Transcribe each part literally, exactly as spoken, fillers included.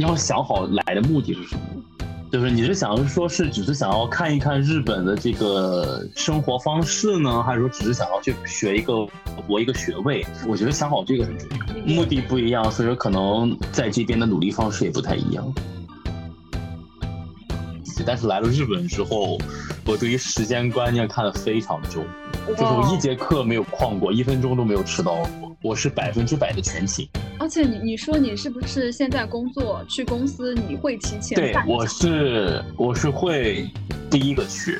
你要想好来的目的是什么。就是你是想说是只是想要看一看日本的这个生活方式呢，还是说只是想要去学一个博一个学位？我觉得想好这个很重要，目的不一样，所以说可能在这边的努力方式也不太一样。但是来了日本之后，我对于时间观念看得非常重，就是我一节课没有旷过，一分钟都没有迟到过，我是百分之百的全勤。 而且你你说你是不是现在工作去公司你会提前？ 对，我是我是会第一个去。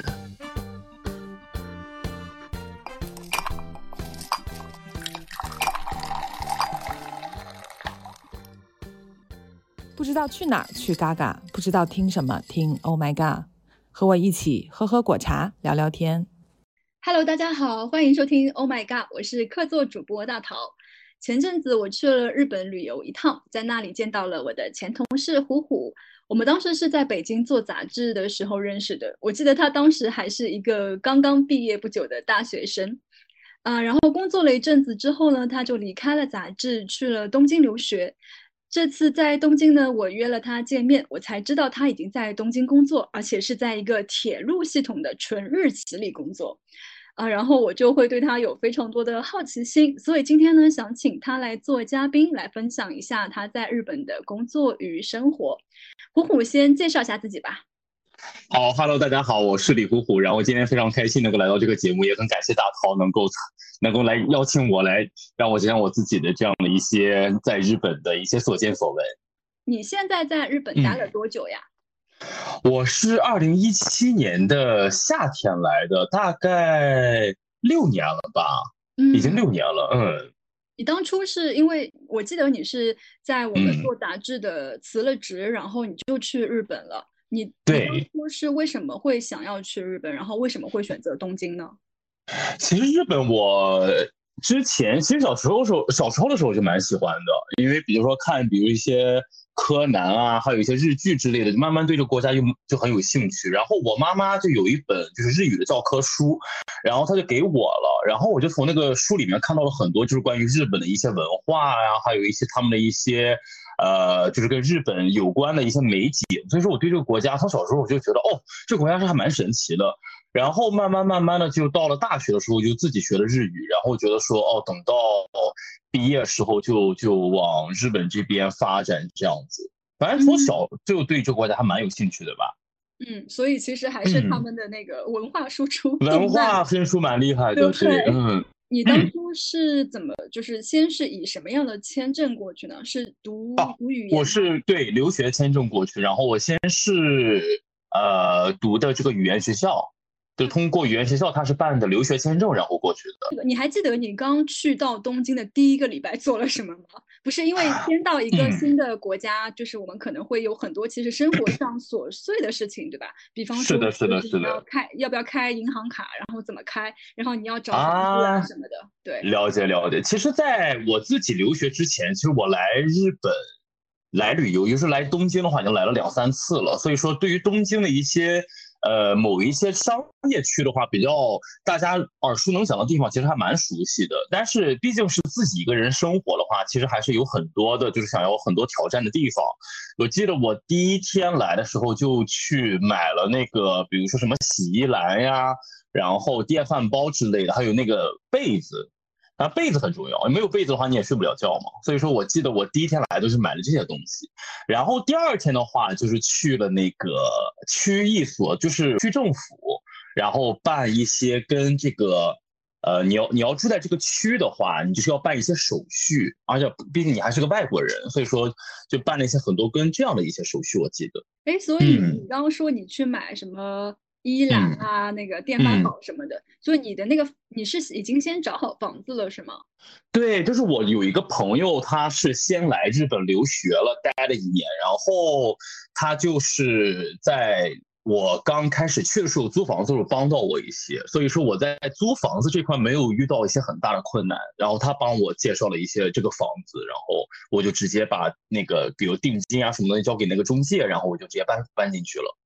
不知道去哪儿去嘎嘎，不知道听什么听 Oh My God， 和我一起喝喝果茶聊聊天。 Hello， 大家好，欢迎收听 Oh My God， 我是客座主播大桃。前阵子我去了日本旅游一趟，在那里见到了我的前同事虎虎，我们当时是在北京做杂志的时候认识的，我记得他当时还是一个刚刚毕业不久的大学生。啊，然后工作了一阵子之后呢，他就离开了杂志，去了东京留学。这次在东京呢，我约了他见面，我才知道他已经在东京工作，而且是在一个铁路系统的纯日企里工作。啊，然后我就会对他有非常多的好奇心，所以今天呢，想请他来做嘉宾，来分享一下他在日本的工作与生活。虎虎先介绍一下自己吧。 好 ，Hello， 大家好，我是李虎虎，然后今天非常开心能够来到这个节目，也很感谢大涛能够能够来邀请我来，让我讲讲我自己的这样的一些在日本的一些所见所闻。 你现在在日本待了多久呀？ 嗯、我是二零一七年的夏天来的，大概六年了吧，嗯、已经六年了，嗯。 你当初是因为我记得你是在我们做杂志的辞了职，嗯、然后你就去日本了。你对， 你当初是为什么会想要去日本，然后为什么会选择东京呢？ 其实日本我之前其实小时候时候小时候的时候就蛮喜欢的，因为比如说看比如一些柯南啊，还有一些日剧之类的，就慢慢对这个国家就就很有兴趣。然后我妈妈就有一本就是日语的教科书，然后她就给我了，然后我就从那个书里面看到了很多就是关于日本的一些文化呀、啊，还有一些他们的一些呃，就是跟日本有关的一些美景。所以说我对这个国家，从小时候我就觉得哦，这个国家是还蛮神奇的。然后慢慢慢慢的就到了大学的时候，就自己学了日语，然后觉得说哦，等到毕业的时候就就往日本这边发展这样子。反正从小就对这个国家还蛮有兴趣的吧。 嗯，所以其实还是他们的那个文化输出， 嗯、文化输出蛮厉害的， 对， 对，嗯。 你当初是怎么，就是先是以什么样的签证过去呢？是读读语言？ 我是对留学签证过去，然后我先是呃读的这个语言学校。就通过语言学校，他是办的留学签证，然后过去的。你还记得你刚去到东京的第一个礼拜做了什么吗？不是，因为先到一个新的国家，嗯、就是我们可能会有很多其实生活上琐碎的事情，对吧？比方说， 是的，是的，是的。 要开要不要开银行卡，然后怎么开，然后你要找房子啊什么的。啊、对， 了解了解。其实，在我自己留学之前，其实我来日本来旅游，就是来东京的话，已经来了两三次了。所以说，对于东京的一些。呃，某一些商业区的话，比较大家耳熟能详的地方，其实还蛮熟悉的。但是毕竟是自己一个人生活的话，其实还是有很多的，就是想要很多挑战的地方。我记得我第一天来的时候，就去买了那个，比如说什么洗衣篮呀，然后电饭煲之类的，还有那个被子。啊，被子很重要，没有被子的话你也睡不了觉嘛。所以说我记得我第一天来都是买了这些东西，然后第二天的话就是去了那个区役所，就是区政府，然后办一些跟这个呃，你要你要住在这个区的话，你就是要办一些手续，而且毕竟你还是个外国人，所以说就办了一些很多跟这样的一些手续，我记得。 哎，所以你刚刚说你去买什么？衣篮啊，嗯、那个电饭煲什么的，嗯、所以你的那个你是已经先找好房子了是吗？ 对，就是我有一个朋友，他是先来日本留学了，待了一年，然后他就是在我刚开始去的时候租房子的时候帮到我一些，所以说我在租房子这块没有遇到一些很大的困难，然后他帮我介绍了一些这个房子，然后我就直接把那个比如定金啊什么的交给那个中介，然后我就直接搬搬进去了。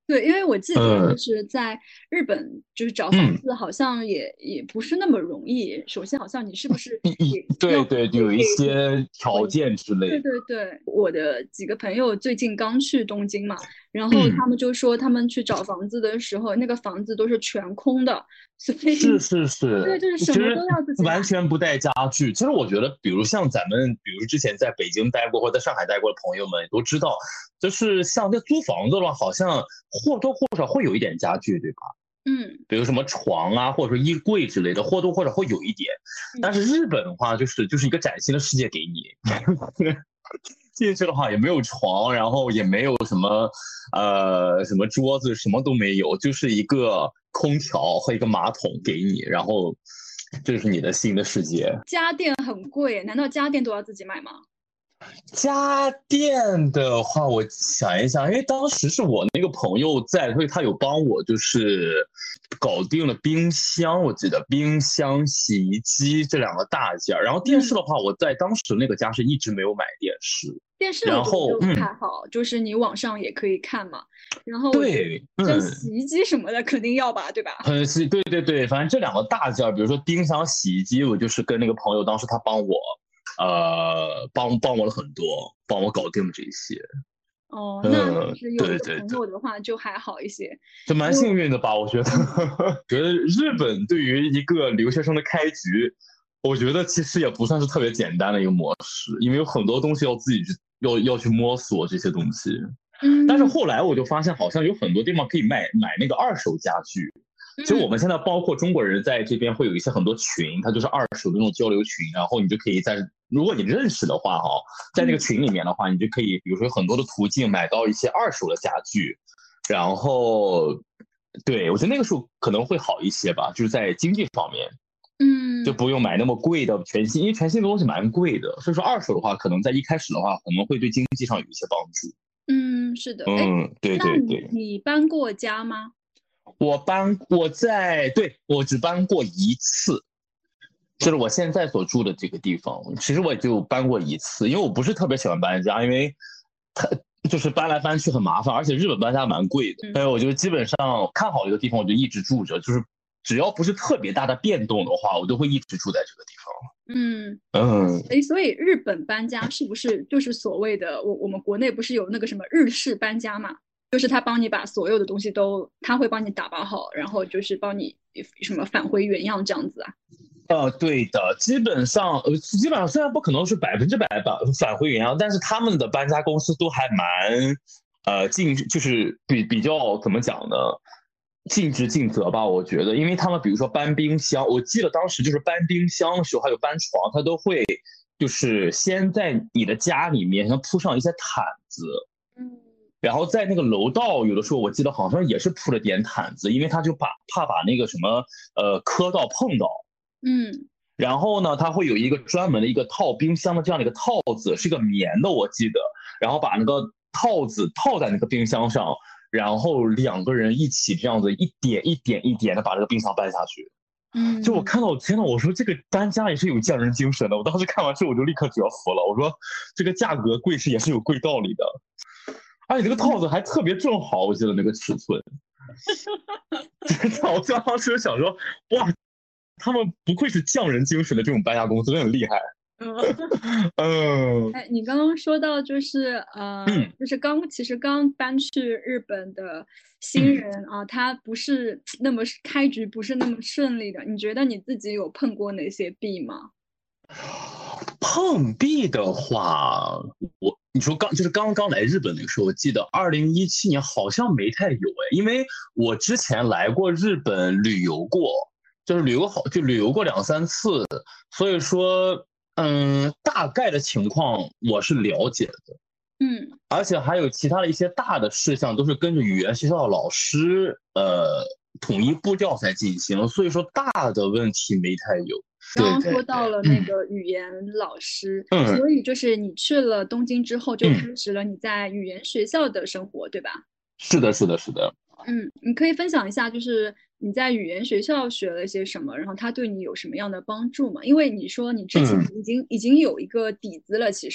对，因为我记得嗯就是在日本，就是找房嗯， 子好像也也不是那么容易。首先，好像你是不是一一也要对对， 得有一给给些条婚？ 件之类对的。 对对，我的几个朋友最近刚去东京嘛，然后他嗯。 们就说他们去找房子的时候，那个房子都是全空的，所以是是对， 是， 就是什么都其实要自己买。 完全不带家具。其实我觉得，比如像咱们，比如之前在北京待过或者在上海待过的朋友们都知道，就是像这租房子的话，好像或多或少会有一点家具，对吧？ 嗯比如什么床啊，或者说衣柜之类的，或多或少会有一点。但嗯是日本的话，就是就是一个崭新的世界给你。进去的话也没有床，然后也没有什么呃什么桌子，什么都没有，就是一个空调和一个马桶给你，然后这是你的新的世界。 家电很贵，难道家电都要自己买吗？ 家电的话，我想一想，因为当时是我那个朋友在，所以他有帮我就是搞定了冰箱，我记得冰箱、洗衣机这两个大件儿。然后电视嗯。 的话，我在当时那个家是一直没有买电视。 电视我然觉得就后嗯， 还好，就是你网上也可以看嘛。然后我觉得对， 像嗯， 洗衣机什么的肯定要吧，对吧？ 很是，对对对，反正这两个大件儿，比如说冰箱、洗衣机，我就是跟那个朋友，当时他帮我，呃，帮帮我了很多，帮我搞定了这些。 哦，那其嗯， 实有一个朋对对对， 友的话就还好一些。 就蛮因为幸运的吧，我觉得。 嗯觉得日本对于一个留学生的开局，我觉得其实也不算是特别简单的一个模式，因为有很多东西要自己去要要去摸索这些东西。但是嗯后来我就发现，好像有很多地方可以买买那个二手家具。其实我嗯们现在包括中国人在这边会有一些很多群，它就是二手的那种交流群，然后你就可以在，如果你认识的话哈、哦，在那个嗯群里面的话，你就可以，比如说有很多的途径买到一些二手的家具，然后，对，我觉得那个时候可能会好一些吧，就是在经济方面就嗯不用买那么贵的全新，因为全新的东西蛮贵的，所以说二手的话，可能在一开始的话，可能会对经济上有一些帮助。 嗯，是的。哎， 嗯，对那你对对。 你搬过家吗？ 我搬我在对我只搬过一次，就是我现在所住的这个地方，其实我也就搬过一次，因为我不是特别喜欢搬家，因为它就是搬来搬去很麻烦，而且日本搬家蛮贵的， 嗯所以我就基本上看好一个地方我就一直住着，就是只要不是特别大的变动的话，我都会一直住在这个地嗯， 方。嗯， 哎，所以日本搬家是不是就是所谓的我我们国内不是有那个什么日式搬家嘛？就是他帮你把所有的东西都，他会帮你打包好，然后就是帮你什么返回原样这样子啊。 呃，对的，基本上，呃，基本上虽然不可能是百分之百返返回原样，但是他们的搬家公司都还蛮，呃，尽就是比比较怎么讲呢，尽职尽责吧，我觉得，因为他们比如说搬冰箱，我记得当时就是搬冰箱的时候，还有搬床，他都会就是先在你的家里面先铺上一些毯子， 嗯然后在那个楼道，有的时候我记得好像也是铺了点毯子，因为他就把怕把那个什么呃磕到碰到。 嗯然后呢，它会有一个专门的一个套冰箱的这样的一个套子，是个棉的，我记得。然后把那个套子套在那个冰箱上，然后两个人一起这样子一点一点一点的把这个冰箱搬下去。就我嗯， 看到，天呐，我说这个搬家也是有匠人精神的。我当时看完之后我就立刻折服了，我说这个价格贵是也是有贵道理的。而且这个套子还特别正好，我记得那个尺寸。真的，我当时想说，哇，他们不愧是匠人精神的这种搬家公司，真的很厉害。嗯哎，你刚刚说到就是呃， 嗯就是刚其实刚搬去日本的新嗯， 人啊，他不是那么开局不是那么顺利的。你觉得你自己有碰过哪些壁吗？ 碰壁的话，我你说刚就是刚刚来日本那个时候，我记得二零一七年好像没太有哎，因为我之前来过日本旅游过，就是旅游好就旅游过两三次，所以说嗯，大概的情况我是了解的。 嗯而且还有其他的一些大的事项都是跟着语言学校的老师呃统一步调才进行，所以说大的问题没太有。 刚刚对对对， 说到了那个语言老师， 嗯所以就是你去了东京之后，就嗯， 开始了你在语言学校的生活，对吧？ 是的，是的，是的。 嗯，你可以分享一下，就是你在语言学校学了些什么，然后它对你有什么样的帮助吗？因为你说你之前嗯， 已经已经有一个底子了，其实。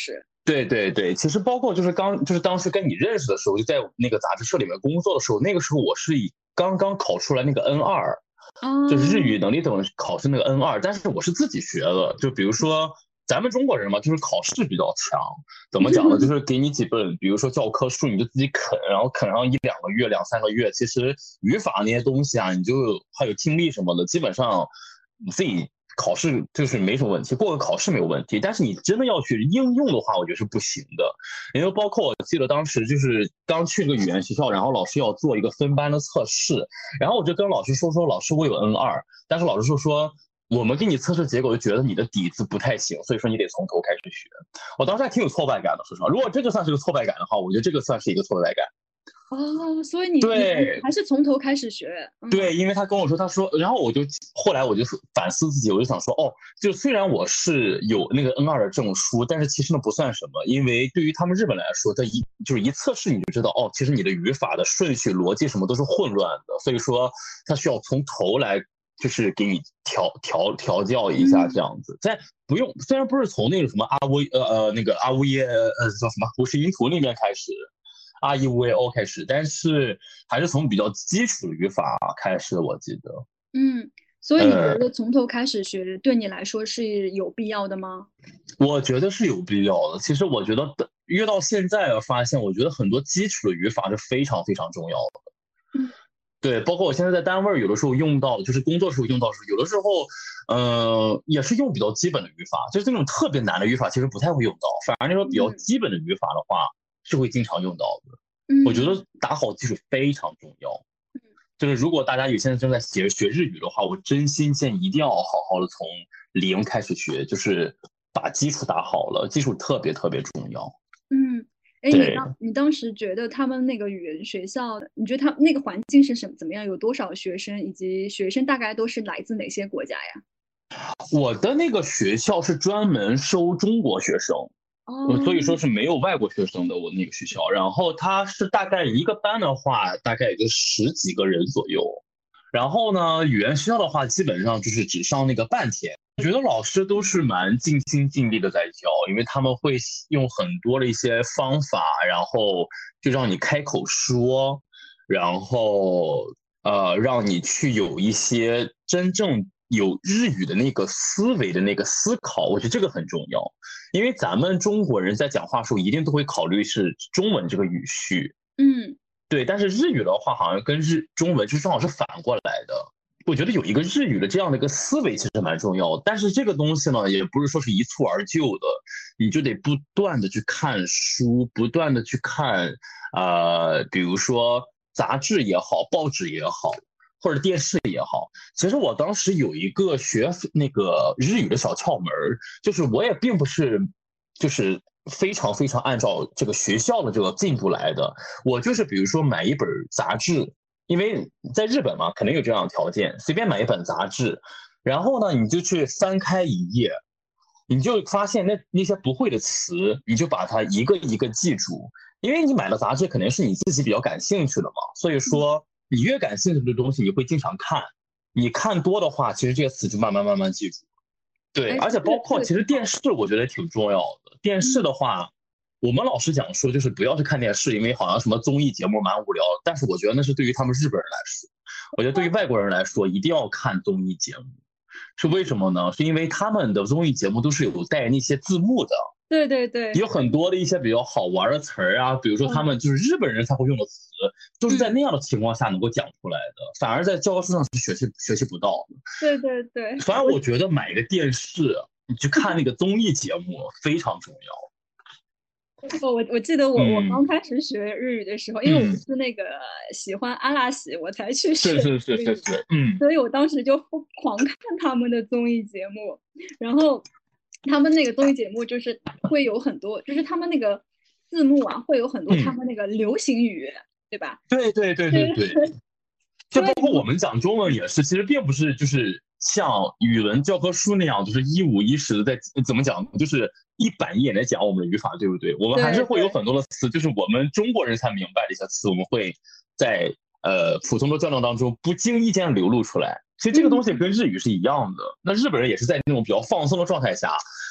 对对对，其实包括就是刚就是当时跟你认识的时候，就在那个杂志社里面工作的时候，那个时候我是以刚刚考出来那个 N 二，就是日语哦， 能力等考试那个 N 二，但是我是自己学的，就比如说咱们中国人嘛，就是考试比较强，怎么讲呢？就是给你几本，比如说教科书，你就自己啃，然后啃上一两个月、两三个月，其实语法那些东西啊，你就还有听力什么的，基本上你自己考试就是没什么问题，过个考试没有问题。但是你真的要去应用的话，我觉得是不行的。因为包括我记得当时就是刚去这个语言学校，然后老师要做一个分班的测试，然后我就跟老师说说，老师我有 N 二，但是老师说说。我们给你测试结果就觉得你的底子不太行，所以说你得从头开始学。我当时还挺有挫败感的，说实话。如果这个算是个挫败感的话，我觉得这个算是一个挫败感。 哦，所以你你对还是从头开始学，嗯对，因为他跟我说，他说，然后我就后来我就反思自己，我就想说，哦，就虽然我是有那个 N 二的证书，但是其实呢不算什么，因为对于他们日本来说，他一就是一测试你就知道，哦，其实你的语法的顺序、逻辑什么都是混乱的，所以说他需要从头来，就是给你调调调教一下这样子。在不用，虽然不是从那个什么阿乌呃呃那个阿乌耶呃叫什么胡氏音图那边开始。啊 E 乌 A O 开始，但是还是从比较基础的语法开始，我记得。 嗯，所以你觉呃， 得从头开始学对你来说是有必要的吗？ 我觉得是有必要的。其实我觉得越到现在发现，我觉得很多基础的语法是非常非常重要的。 嗯对，包括我现在在单位有的时候用到，就是工作时候用到时候，有的时候，呃，也是用比较基本的语法，就是那种特别难的语法其实不太会用到，反而那种比较嗯基本的语法的话是会经常用到的。我觉嗯得打好基础非常重要。 嗯就是如果大家有现在正在学学日语的话，我真心建议一定要好好的从零开始学，就是把基础打好了，基础特别特别重要。 嗯，哎，你对， 当你当时觉得他们那个语言学校，你觉得他那个环境是什么怎么样？有多少学生，以及学生大概都是来自哪些国家呀？ 我的那个学校是专门收中国学生，呃所以说哦， 是没有外国学生的。我那个学校，然后它是大概一个班的话，大概也就十几个人左右。然后呢，语言学校的话，基本上就是只上那个半天。我觉得老师都是蛮尽心尽力的在教，因为他们会用很多的一些方法，然后就让你开口说，然后呃，让你去有一些真正有日语的那个思维的那个思考。我觉得这个很重要，因为咱们中国人在讲话的时候一定都会考虑是中文这个语序， 嗯对，但是日语的话，好像跟日中文就正好是反过来的。我觉得有一个日语的这样的一个思维其实蛮重要的，但是这个东西呢，也不是说是一蹴而就的，你就得不断的去看书，不断的去看，呃，比如说杂志也好，报纸也好，或者电视也好。其实我当时有一个学那个日语的小窍门，就是我也并不是，就是非常非常按照这个学校的这个进度来的。我就是比如说买一本杂志，因为在日本嘛，肯定有这样的条件，随便买一本杂志，然后呢，你就去翻开一页，你就发现那那些不会的词，你就把它一个一个记住，因为你买的杂志肯定是你自己比较感兴趣的嘛，所以说你越感兴趣的东西，你会经常看，你看多的话，其实这些词就慢慢慢慢记住。对， 哎， 而且这个这包括其实个挺好的。 电视，我觉得挺重要的。电视嗯的话，我们老师讲说，就是不要去看电视，因为好像什么综艺节目蛮无聊的。但是我觉得那是对于他们日本人来说，我觉得对于外国人来说，一定要看综艺节目。是为什么呢？是因为他们的综艺节目都是有带那些字幕的， 对对对， 有很多的一些比较好玩的词儿啊，比如说他嗯们就是日本人才会用的词，都是在嗯， 那样的情况下能够讲出来的，反而在教科书上是学习学习不到的。 对对对， 反正我我觉得买一个电视，你去看那个综艺节目非常重要。 我我我记得我我嗯刚开始学日语的时候，因为我嗯， 是那个喜欢阿拉西，我才去学是是是日语， 是是，嗯所以我当时就疯狂看他们的综艺节目，然后他们那个综艺节目就是会有很多，就是他们那个字幕啊，会有很多他嗯， 们那个流行语，对吧？ 对对对对对， 对。就包括我所以们讲中文也是，其实并不是就是像语文教科书那样，就是一五一十的在怎么讲，就是一板一眼的讲我们的语法，对不对？我们还是会有对对， 很多的词，就是我们中国人才明白的一些词，我们会在呃普通的交流当中不经意间流露出来。其实这个东西嗯跟日语是一样的，那日本人也是在那种比较放松的状态下，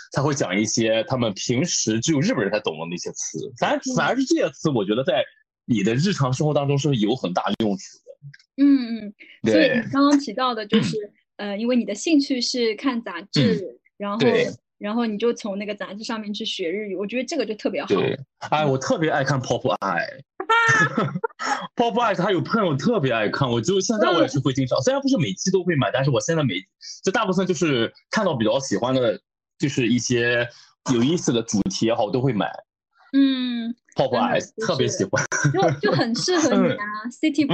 他会讲一些他们平时只有日本人才懂的那些词，反正反而是这些词，我觉得在你的日常生活当中是有很大用处的。 嗯嗯，所以你刚刚提到的就是，嗯、呃，因为你的兴趣是看杂志，嗯、然后然后你就从那个杂志上面去学日语，我觉得这个就特别好。 对，哎，我特别爱看 Pop Eye。Pop Eye 它有喷，我特别爱看，我就现在我也是会经常，虽然不是每期都会买，但是我现在每就大部分就是看到比较喜欢的，就是一些有意思的主题也好，我都会买。 嗯 ，Pop Eye 特别喜欢， 就就很适合你啊，City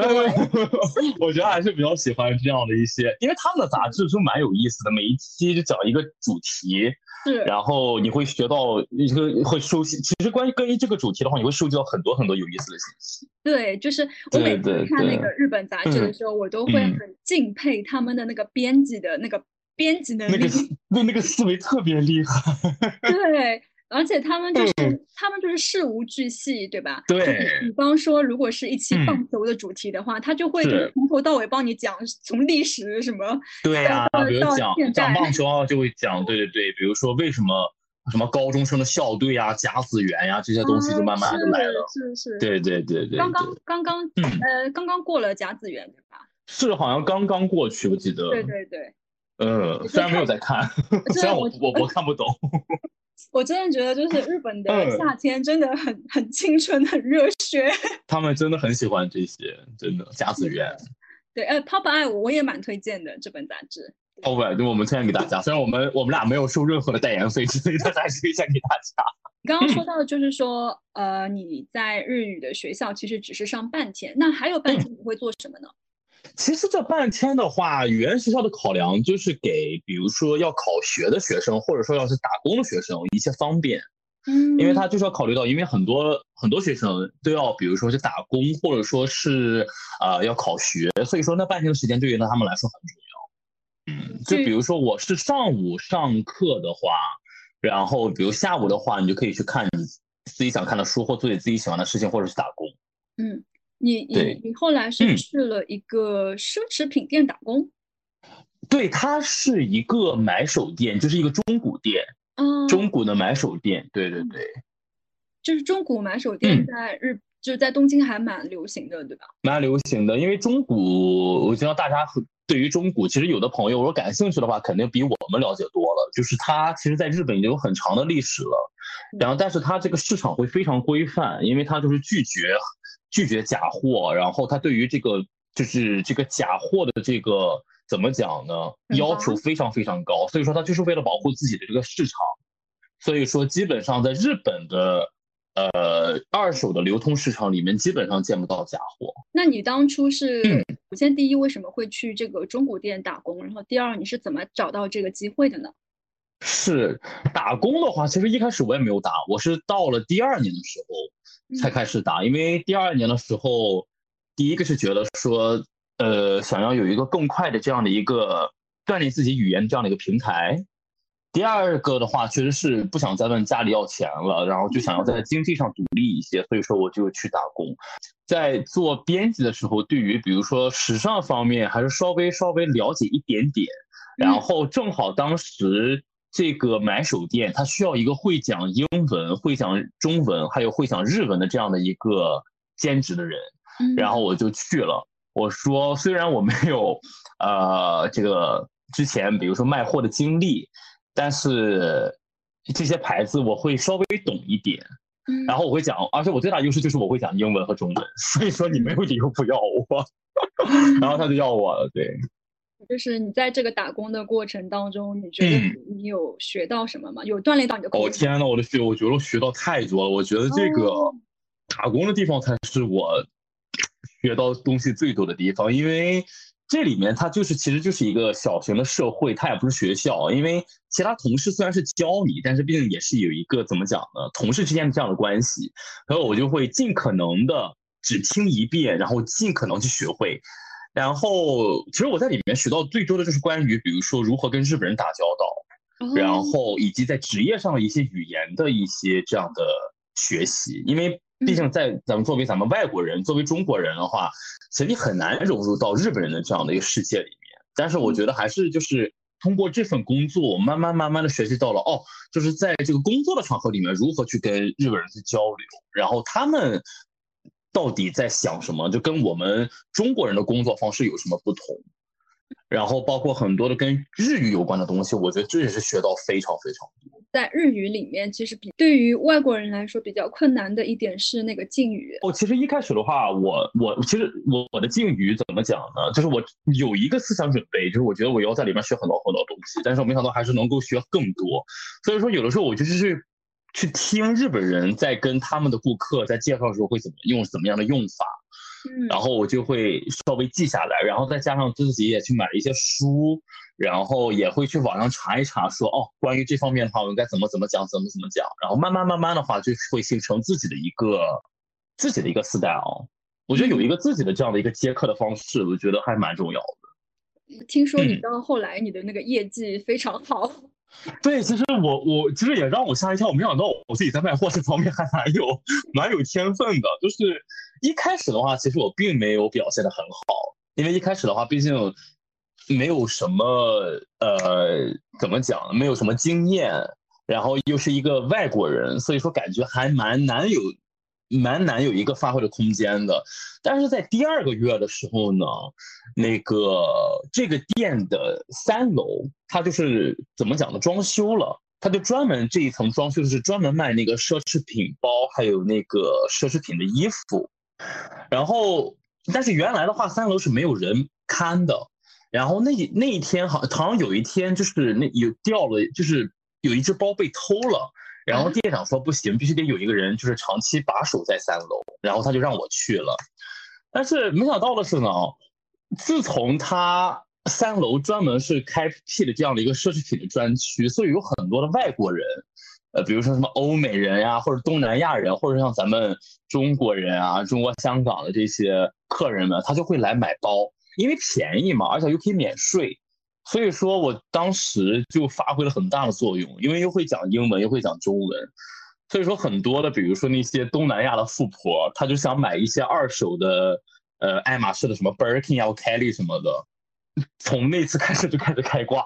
Boy。 我觉得还是比较喜欢这样的一些，因为他们的杂志就蛮有意思的，每一期就讲一个主题。 是， 然后你会学到一个会收集，其实关于关于这个主题的话，你会收集到很多很多有意思的信息。 对，就是我每次看那个日本杂志的时候，我都会很敬佩他们的那个编辑的那个编辑能力， 那个那那个思维特别厉害。 对。而且他们就是、嗯、他们就是事无巨细，对吧？ 对。 比方说，如果是一期棒球的主题的话，嗯、他就会就是从头到尾帮你讲从历史什么。 对呀、啊，比如讲讲棒球啊，就会讲对对对，比如说为什么什么高中生的校队啊、甲子园呀、啊、这些东西就慢慢就来了。 啊、是是是。 对对对 对, 对。 刚刚刚刚、嗯、呃刚刚过了甲子园对吧？ 是好像刚刚过去，我记得。 对对对。 嗯，虽然没有在看，虽然我我我看不懂。 我真的觉得，就是日本的夏天真的很、嗯、很青春、很热血。 他们真的很喜欢这些，真的甲子园。 对，呃 ，Pop Eye 我也蛮推荐的这本杂志。 Pop Eye 对，我们推荐给大家，虽然我们我们俩没有收任何的代言费之类的，还是推荐给大家。 你刚刚说到的就是说，嗯、呃，你在日语的学校其实只是上半天，那还有半天你会做什么呢？ 嗯其实这半天的话，语言学校的考量就是给，比如说要考学的学生，或者说要是打工的学生一些方便。 嗯， 因为他就是要考虑到，因为很多很多学生都要，比如说是打工，或者说是呃要考学，所以说那半天的时间对于他们来说很重要。嗯，就比如说我是上午上课的话，然后比如下午的话，你就可以去看你自己想看的书，或做你自己喜欢的事情，或者是打工。 嗯。你你你后来是去了一个奢侈品店打工？ 嗯、对，它是一个买手店，就是一个中古店， 嗯， 中古的买手店，对对对， 就是中古买手店在日，嗯、就是在东京还蛮流行的，对吧？ 蛮流行的，因为中古，我知道大家对于中古，其实有的朋友如果感兴趣的话，肯定比我们了解多了。就是它其实在日本已经有很长的历史了，然后但是它这个市场会非常规范，因为它就是拒绝。拒绝假货，然后他对于这个就是这个假货的这个怎么讲呢？要求非常非常高，所以说他就是为了保护自己的这个市场，所以说基本上在日本的呃二手的流通市场里面，基本上见不到假货。 那你当初是，嗯、首先第一为什么会去这个中古店打工？然后第二你是怎么找到这个机会的呢？ 是打工的话，其实一开始我也没有打，我是到了第二年的时候。才开始打，因为第二年的时候，第一个是觉得说，呃，想要有一个更快的这样的一个锻炼自己语言这样的一个平台。第二个的话，确实是不想再问家里要钱了，然后就想要在经济上独立一些，所以说我就去打工。在做编辑的时候，对于比如说时尚方面还是稍微稍微了解一点点，然后正好当时。这个买手店，它需要一个会讲英文、会讲中文，还有会讲日文的这样的一个兼职的人，然后我就去了。我说，虽然我没有呃这个之前比如说卖货的经历，但是这些牌子我会稍微懂一点，然后我会讲，而且我最大优势就是我会讲英文和中文，所以说你没有理由不要我。然后他就要我了，对。 就是你在这个打工的过程当中，你觉得你有学到什么吗？嗯、有锻炼到你的口语？ 哦天哪，我的学，我觉得我学到太多了。我觉得这个打工的地方才是我学到东西最多的地方，因为这里面它就是其实就是一个小型的社会，它也不是学校。因为其他同事虽然是教你，但是毕竟也是有一个怎么讲呢，同事之间的这样的关系。然后我就会尽可能的只听一遍，然后尽可能去学会。然后，其实我在里面学到最多的就是关于，比如说如何跟日本人打交道，哦、然后以及在职业上的一些语言的一些这样的学习。因为毕竟在咱们作为咱们外国人，嗯、作为中国人的话，其实你很难融入到日本人的这样的一个世界里面。但是我觉得还是就是通过这份工作，慢慢慢慢的学习到了，哦，就是在这个工作的场合里面，如何去跟日本人去交流，然后他们到底在想什么，就跟我们中国人的工作方式有什么不同。然后包括很多的跟日语有关的东西，我觉得这也是学到非常非常多。 在日语里面，其实比对于外国人来说比较困难的一点是那个敬语。 哦，其实一开始的话，我我其实我我的敬语怎么讲呢？就是我有一个思想准备，就是我觉得我要在里面学很多很多东西，但是我没想到还是能够学更多。所以说有的时候我就是去去听日本人在跟他们的顾客在介绍的时候会怎么用怎么样的用法。 嗯， 然后我就会稍微记下来，然后再加上自己也去买了一些书，然后也会去网上查一查说，哦，关于这方面的话，我应该怎么怎么讲，怎么怎么讲，然后慢慢慢慢的话，就会形成自己的一个自己的一个 style。我觉得有一个自己的这样的一个接客的方式，我觉得还蛮重要的。 听说你到后来你的那个业绩非常好。 对，其实我我其实也让我吓一跳，我没想到我自己在卖货这方面还蛮有蛮有天分的。就是一开始的话，其实我并没有表现得很好，因为一开始的话，毕竟没有什么呃怎么讲，没有什么经验，然后又是一个外国人，所以说感觉还蛮难有蛮难有一个发挥的空间的。但是在第二个月的时候呢，那个这个店的三楼，它就是怎么讲呢，装修了，它就专门这一层装修是专门卖那个奢侈品包，还有那个奢侈品的衣服。然后，但是原来的话，三楼是没有人看的。然后那那一天好，好像有一天就是那有掉了，就是有一只包被偷了。然后店长说不行，必须得有一个人就是长期把守在三楼，然后他就让我去了。但是没想到的是呢，自从他三楼专门是开辟了这样的一个奢侈品的专区，所以有很多的外国人，呃，比如说什么欧美人呀、啊，或者东南亚人，或者像咱们中国人啊、中国香港的这些客人们，他就会来买包，因为便宜嘛，而且又可以免税。所以说我当时就发挥了很大的作用，因为又会讲英文，又会讲中文。所以说很多的，比如说那些东南亚的富婆，她就想买一些二手的，呃，爱马仕的什么 Birkin 啊、Kelly 什么的，从那次开始就开始开挂。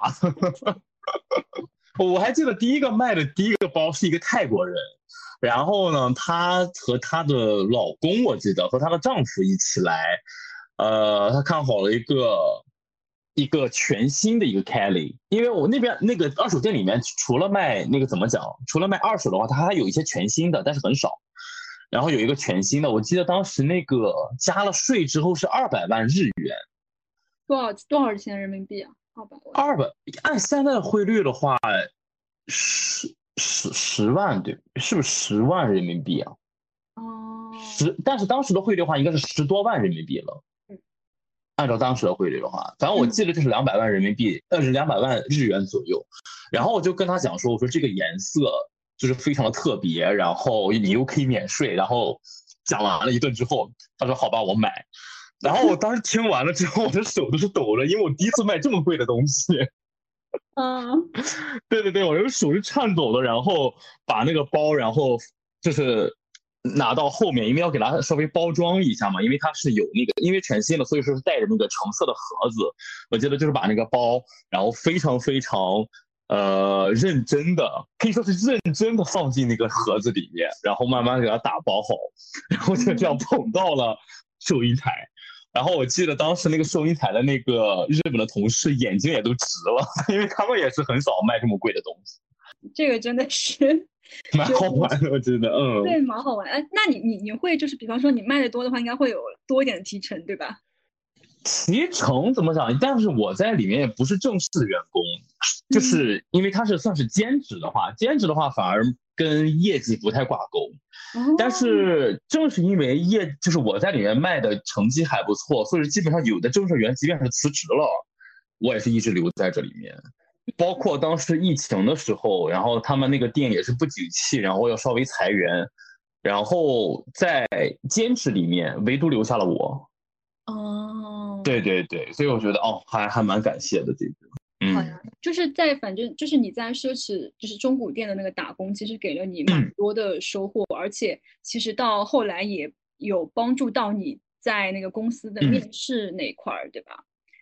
我还记得第一个卖的第一个包是一个泰国人，然后呢，她和她的老公，我记得和她的丈夫一起来，呃，她看好了一个。一个全新的一个 Kelly， 因为我那边那个二手店里面，除了卖那个怎么讲，除了卖二手的话，它还有一些全新的，但是很少。然后有一个全新的，我记得当时那个加了税之后是二百万日元， 多少多少钱人民币啊？二百万。 二百按现在的汇率的话，十十十万对，是不是十万人民币啊？ 哦， 十，但是当时的汇率的话，应该是十多万人民币了。按照当时的汇率的话，反正我记得就是两百万人民币，呃，是两百万日元左右。然后我就跟他讲说，我说这个颜色就是非常的特别，然后你又可以免税。然后讲完了一顿之后，他说好吧，我买。然后我当时听完了之后，我的手都是抖了，因为我第一次卖这么贵的东西。 嗯， 对对对，我的手是颤抖的，然后把那个包，然后就是拿到后面，因为要给它稍微包装一下嘛，因为它是有那个，因为全新的，所以说是带着那个橙色的盒子。我记得就是把那个包，然后非常非常呃认真的，可以说是认真的放进那个盒子里面，然后慢慢给它打包好，然后就这样捧到了收银台。然后我记得当时那个收银台的那个日本的同事眼睛也都直了，因为他们也是很少卖这么贵的东西。 这个真的是蛮好玩的，我觉得，嗯， 对，蛮好玩。哎，那你你你会就是，比方说你卖的多的话，应该会有多一点的提成，对吧？ 提成怎么讲？但是我在里面也不是正式的员工，就是因为他是算是兼职的话，兼职的话反而跟业绩不太挂钩。 哦， 但是正是因为业，就是我在里面卖的成绩还不错，所以基本上有的正式员即便是辞职了，我也是一直留在这里面。包括当时疫情的时候，然后他们那个店也是不景气，然后要稍微裁员，然后在兼职里面唯独留下了我。 哦， 对对对，所以我觉得哦，还还蛮感谢的这个。嗯， 好呀，就是在反正就是你在奢侈就是中古店的那个打工，其实给了你蛮多的收获，嗯、而且其实到后来也有帮助到你在那个公司的面试那块儿，嗯、对吧？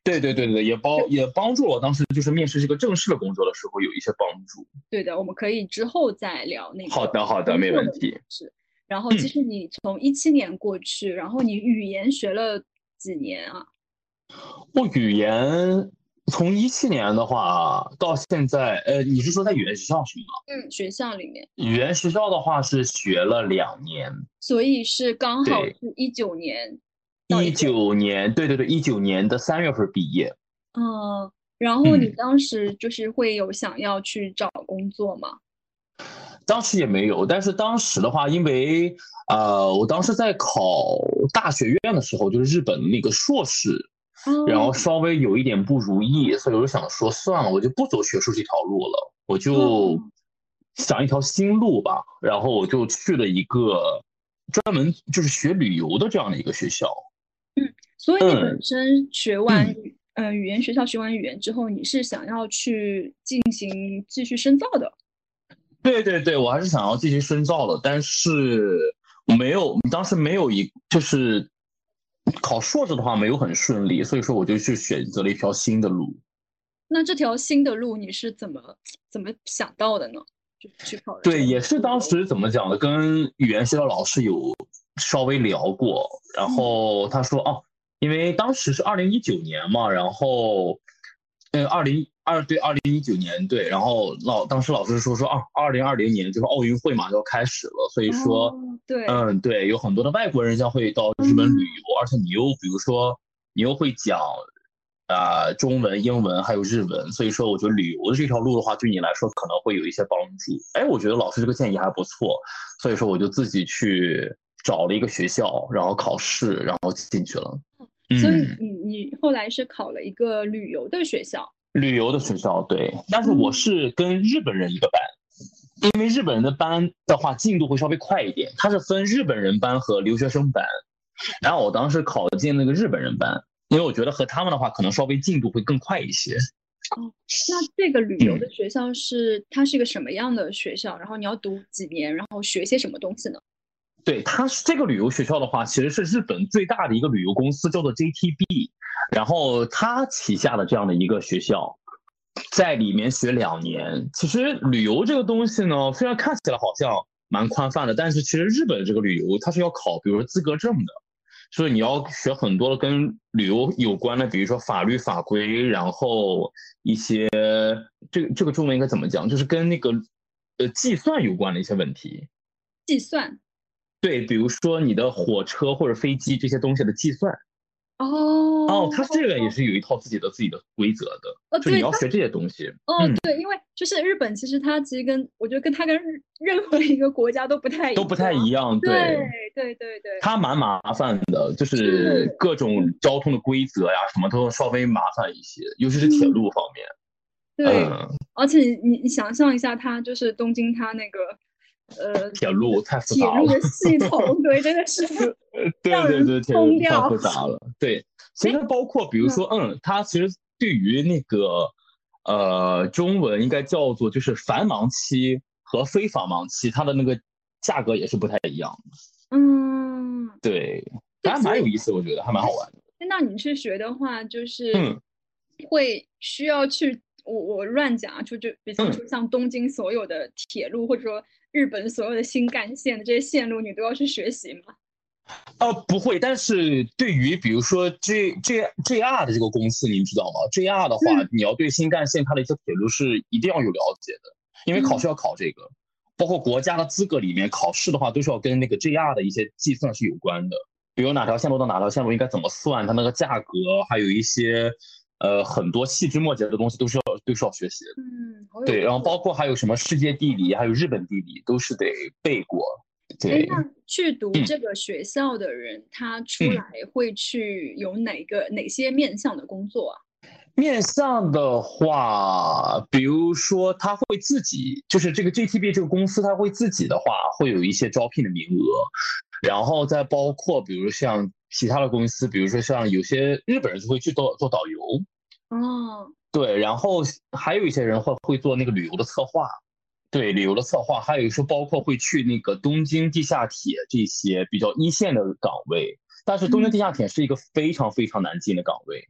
对对对对，也帮也帮助我当时就是面试这个正式的工作的时候有一些帮助。 对的，我们可以之后再聊那好个的好的，没问题。 是，然后其实你从一七年过去，然后你语言学了几年啊？ 我语言从一七年的话到现在，呃，你是说在语言学校是吗？ 嗯，学校里面。 语言学校的话是学了两年。 所以是刚好对， 是一九年到一一九九年，对对对，一九年的三月份毕业。 嗯，然后你嗯， 当时就是会有想要去找工作吗？ 当时也没有，但是当时的话，因为呃，我当时在考大学院的时候，就是日本的那个硕士，然后哦稍微有一点不如意，所以我就想说，算了，我就不走学术这条路了，我就哦， 想一条新路吧。然后我就去了一个专门就是学旅游的这样的一个学校。 嗯，所以你本嗯身学完嗯， 语呃语言学校学完语言之后，你是想要去进行继续深造的？ 对对对，我还是想要继续深造的，但是没有，当时没有一就是考硕士的话没有很顺利，所以说我就去选择了一条新的路。 那这条新的路你是怎么怎么想到的呢？就是去考了这对， 个也是旅游。 当时怎么讲的，跟语言学校老师有稍微聊过，然嗯， 后他说哦，因为当时是二零一九年嘛，然后，呃，二零二对二零一九年对，然后老当时老师说说啊，二零二零年就是奥运会嘛就要开始了，所以说， 哦，对， 嗯，对，有很多的外国人将会到日本旅嗯， 游，而且你又比如说你又会讲啊、呃中文、英文还有日文，所以说我觉得旅游的这条路的话，对你来说可能会有一些帮助。哎，我觉得老师这个建议还不错，所以说我就自己去找了一个学校，然后考试，然后进去了。 所以嗯， 你你后来是考了一个旅游的学校。 旅游的学校对，但是我嗯， 是跟日本人一个班，因为日本人的班的话进度会稍微快一点，它是分日本人班和留学生班，然后我当时考进那个日本人班，因为我觉得和他们的话可能稍微进度会更快一些。 哦，那这个旅游嗯。 的学校是它是一个什么样的学校？然后你要读几年，然后学些什么东西呢？ 对，它是这个旅游学校的话，其实是日本最大的一个旅游公司，叫做 J T B，然后它旗下的这样的一个学校，在里面学两年。其实旅游这个东西呢，虽然看起来好像蛮宽泛的，但是其实日本这个旅游它是要考，比如说资格证的，所以你要学很多的跟旅游有关的，比如说法律法规，然后一些这个这个中文应该怎么讲，就是跟那个呃计算有关的一些问题。 计算。 对，比如说你的火车或者飞机这些东西的计算。哦，它这个也哦， 是有一套自己的自己的规则的， 哦，对，它， 就你要学这些东西。 哦， 嗯， 对，因为就是日本，其实它其实跟我觉得跟它跟日任何一个国家都不太一样。 都不太一样。 对， 对， 对，对，对， 它蛮麻烦的，就是是， 各种交通的规则呀，什么都稍微麻烦一些，尤其是铁嗯， 路方面。 对， 嗯， 而且你你想象一下，它就是东京，它那个呃铁路太复杂了。 铁路的系统，对，真的是让人对对对，铁路太疯掉。 复杂了。对，其哎， 实包括比如嗯， 说，嗯，它其实对于那个呃中文应该叫做就是繁忙期和非繁忙期，它的那个价格也是不太一样的。 嗯， 对， 对， 还所以蛮有意思，我觉得还蛮好玩的。 那你去学的话，就是嗯会需要去，我我乱讲啊，就就比方嗯。 说像东京所有的铁路，或者说日本所有的新干线的这些线路，你都要去学习吗？ 呃，不会，但是对于比如说 J J J R 的这个公司，您知道吗？J R 的话， 嗯， 你要对新干线它的一些铁路是一定要有了解的，因为考嗯， 试要考这个，包括国家的资格里面考试的话，都是要跟那个 J R 的一些计算是有关的，比如哪条线路到哪条线路应该怎么算，它那个价格，还有一些呃很多细枝末节的东西都是要都是要学习的。 嗯，好有对，然后包趣。 括还有什么世界地理，还有日本地理，都是得背过。 哎， 对， 那去读嗯这个学校的人，他出来嗯。 会去有哪个哪些面向的工作啊？ 面向的话，比如说他会自己，就是这个 J T B 这个公司，他会自己的话会有一些招聘的名额，然后再包括比如像其他的公司，比如说像有些日本人就会去做做导游。 哦， 对，然后还有一些人会会做那个旅游的策划。对，旅游的策划，还有说包括会去那个东京地下铁这些比较一线的岗位，但是东京地嗯， 下铁是一个非常非常难进的岗位。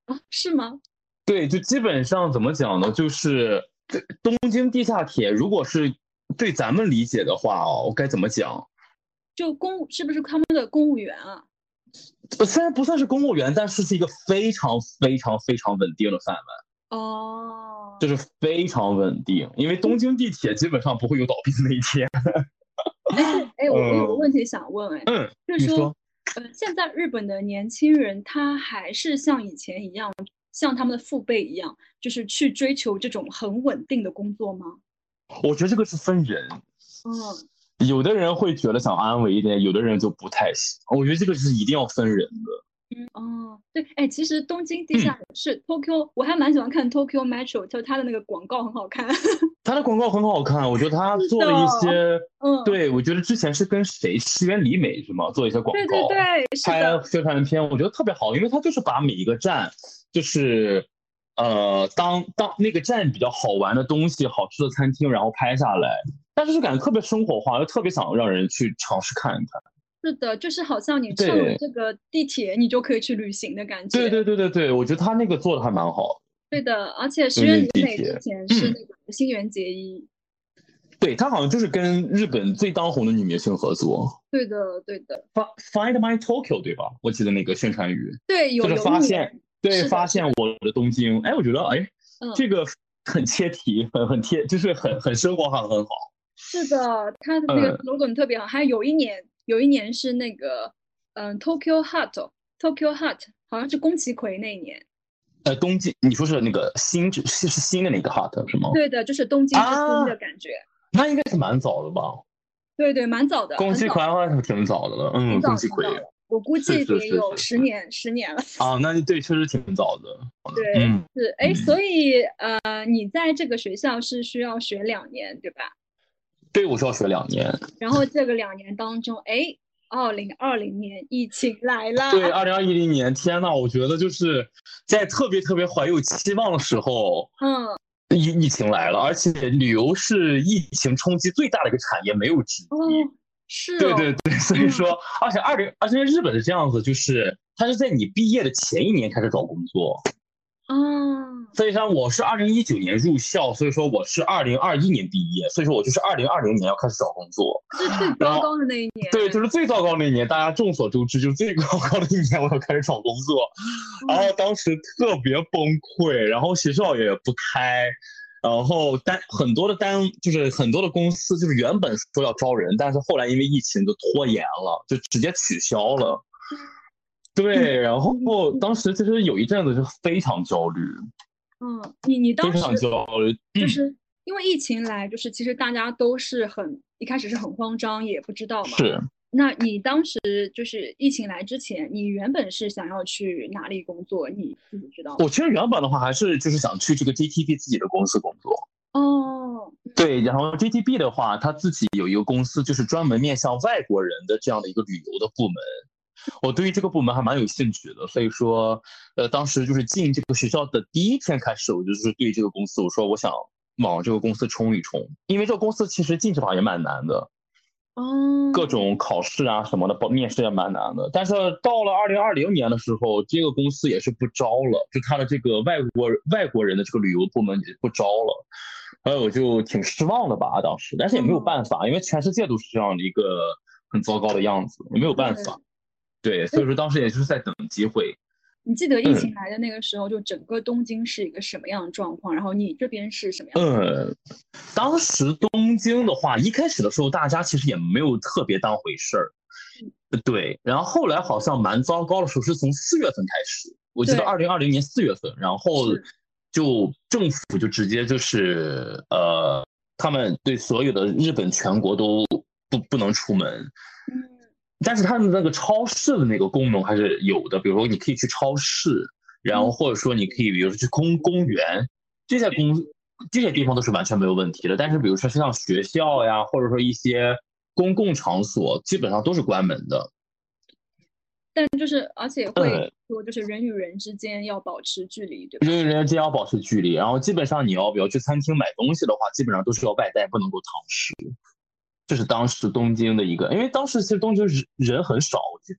啊，是吗？ 对，就基本上怎么讲呢？就是东京地下铁，如果是对咱们理解的话哦，我该怎么讲？ 就公务是不是他们的公务员啊？ 呃虽然不算是公务员，但是是一个非常非常非常稳定的范围， 哦， 就是非常稳定。因为东京地铁基本上不会有倒闭的那一天。 哎，对，哎，我我有个嗯问题想问，哎， 嗯， 就是说， 你说。 呃，现在日本的年轻人他还是像以前一样，像他们的父辈一样，就是去追求这种很稳定的工作吗？ 我觉得这个是分人， 嗯有的人会觉得想安稳一点，有的人就不太行。我觉得这个是一定要分人的。 嗯哦，对，哎，其实东京地嗯， 下是 Tokyo，我还蛮喜欢看 Tokyo Metro，就它的那个广告很好看。 他的广告很好看，我觉得他是的， 做了一些， 嗯， 对，我觉得之前是跟谁，石原里美是吗？做一些广对对告， 对，是拍的， 宣传片，我觉得特别好，因为他就是把每一个站，就是呃，当当那个站比较好玩的东西、好吃的餐厅，然后拍下来，但是就感觉特别生活化，又特别想让人去尝试看一看。 是的，就是好像你乘了对， 这个地铁，你就可以去旅行的感对觉。 对对对对，我觉得他那个做的还蛮好。 对的，而且石东京原里美之地铁，嗯， 前是那个新垣结衣。 对他好像就是跟日本最当红的女明星合作。 对的，对的， Fi- Find My Tokyo 对吧？我记得那个宣传语对， 就是有有一发现， 年， 对， 是的， 发是的， 现我的东京。哎，我觉得哎， 嗯， 这个很切题，很很贴，就是很很生活化，很好。 是的，他的那个嗯， slogan 特别好。还有有一年，有一年是那个，嗯，Tokyo Hot，Tokyo Hot，好像是宫崎葵那一年。 呃，冬季你说是那个新是是新的那个 hot 是吗？ 对的，就是东京之星的啊， 感觉。 那应该是蛮早的吧？ 对对，蛮早的， 宫崎葵很早， 还是挺早的了。嗯， 挺早， 宫崎葵挺早的。我估是是计得有是是是。 十年，十年了。 啊，那对，确实挺早的。 对， 嗯是，哎， 嗯， 所以呃，你在这个学校是需要学两年，对吧？ 对，我是要学两年。 然后这个两年当中，哎，二零二零年疫情来对， 了， 二零二一零年，天呐，我觉得就是在特别特别怀有期望的时候， 嗯， 疫疫情来了，而且旅游是疫情冲击最大的一个产业，没有之哦， 一。 是哦， 对对对，所以嗯说，而且二零，而且日本是这样子，就是它是在你毕业的前一年开始找工作。 啊， 所以说我是二零一九年入校，所以说我是二零二一年毕业，所以说我就是二零二零年要开始找工作。 是最然后糟糕的那一年， 对，就是最糟糕那一年，大家众所周知，就是最糟糕的一年，我要开始找工作。然后嗯当时特别崩溃，然后学校也不开，然后单很多的单就是很多的公司就是原本说要招人，但是后来因为疫情就拖延了，就直接取消了。对，然后当时其实有一阵子是非常焦虑， 嗯，你你当时非常焦虑。嗯， 就是因为疫情来，就是其实大家都是很一开始是很慌张，也不知道嘛。 是。 那你当时就是疫情来之前，你原本是想要去哪里工作？你自己知道吗？ 我其实原本的话还是就是想去这个 J T B 自己的公司工作。 哦， 对，然后 J T B 的话，他自己有一个公司，就是专门面向外国人的这样的一个旅游的部门。我对于这个部门还蛮有兴趣的，所以说，呃，当时就是进这个学校的第一天开始，我就是对这个公司我说我想往这个公司冲一冲，因为这个公司其实进去的话也蛮难的，各哦， 种考试啊什么的，包面试也蛮难的。但是到了二零二零年的时候，这个公司也是不招了，就他的这个外国外国人的这个旅游部门也是不招了。然后我就挺失望的吧，当时，但是也没有办法，因为全世界都是这样的一个很糟糕的样子，也没有办法。对，所以说当时也就是在等机会。 你记得疫情嗯来的那个时候，就整个东京是一个什么样的状况？然后你这边是什么样的？ 嗯，当时东京的话，一开始的时候大家其实也没有特别当回事儿。对，然后后来好像蛮糟糕的时候是从四月份开始，我记得对， 二零二零年四月份，然后是， 就政府就直接就是呃，他们对所有的日本全国都不不能出门， 嗯但是他们那个超市的那个功能还是有的，比如说你可以去超市，然后嗯或者说你可以比如说去公公园，这些公这些地方都是完全没有问题的。但是比如说像学校呀，或者说一些公共场所，基本上都是关门的。 但就是而且会嗯， 说，就是人与人之间要保持距离，对吧？ 人与人之间要保持距离，然后基本上你要不要去餐厅买东西的话，基本上都是要外带，不能够堂食。这是当时东京的一个，因为当时其实东京人人很少，我记得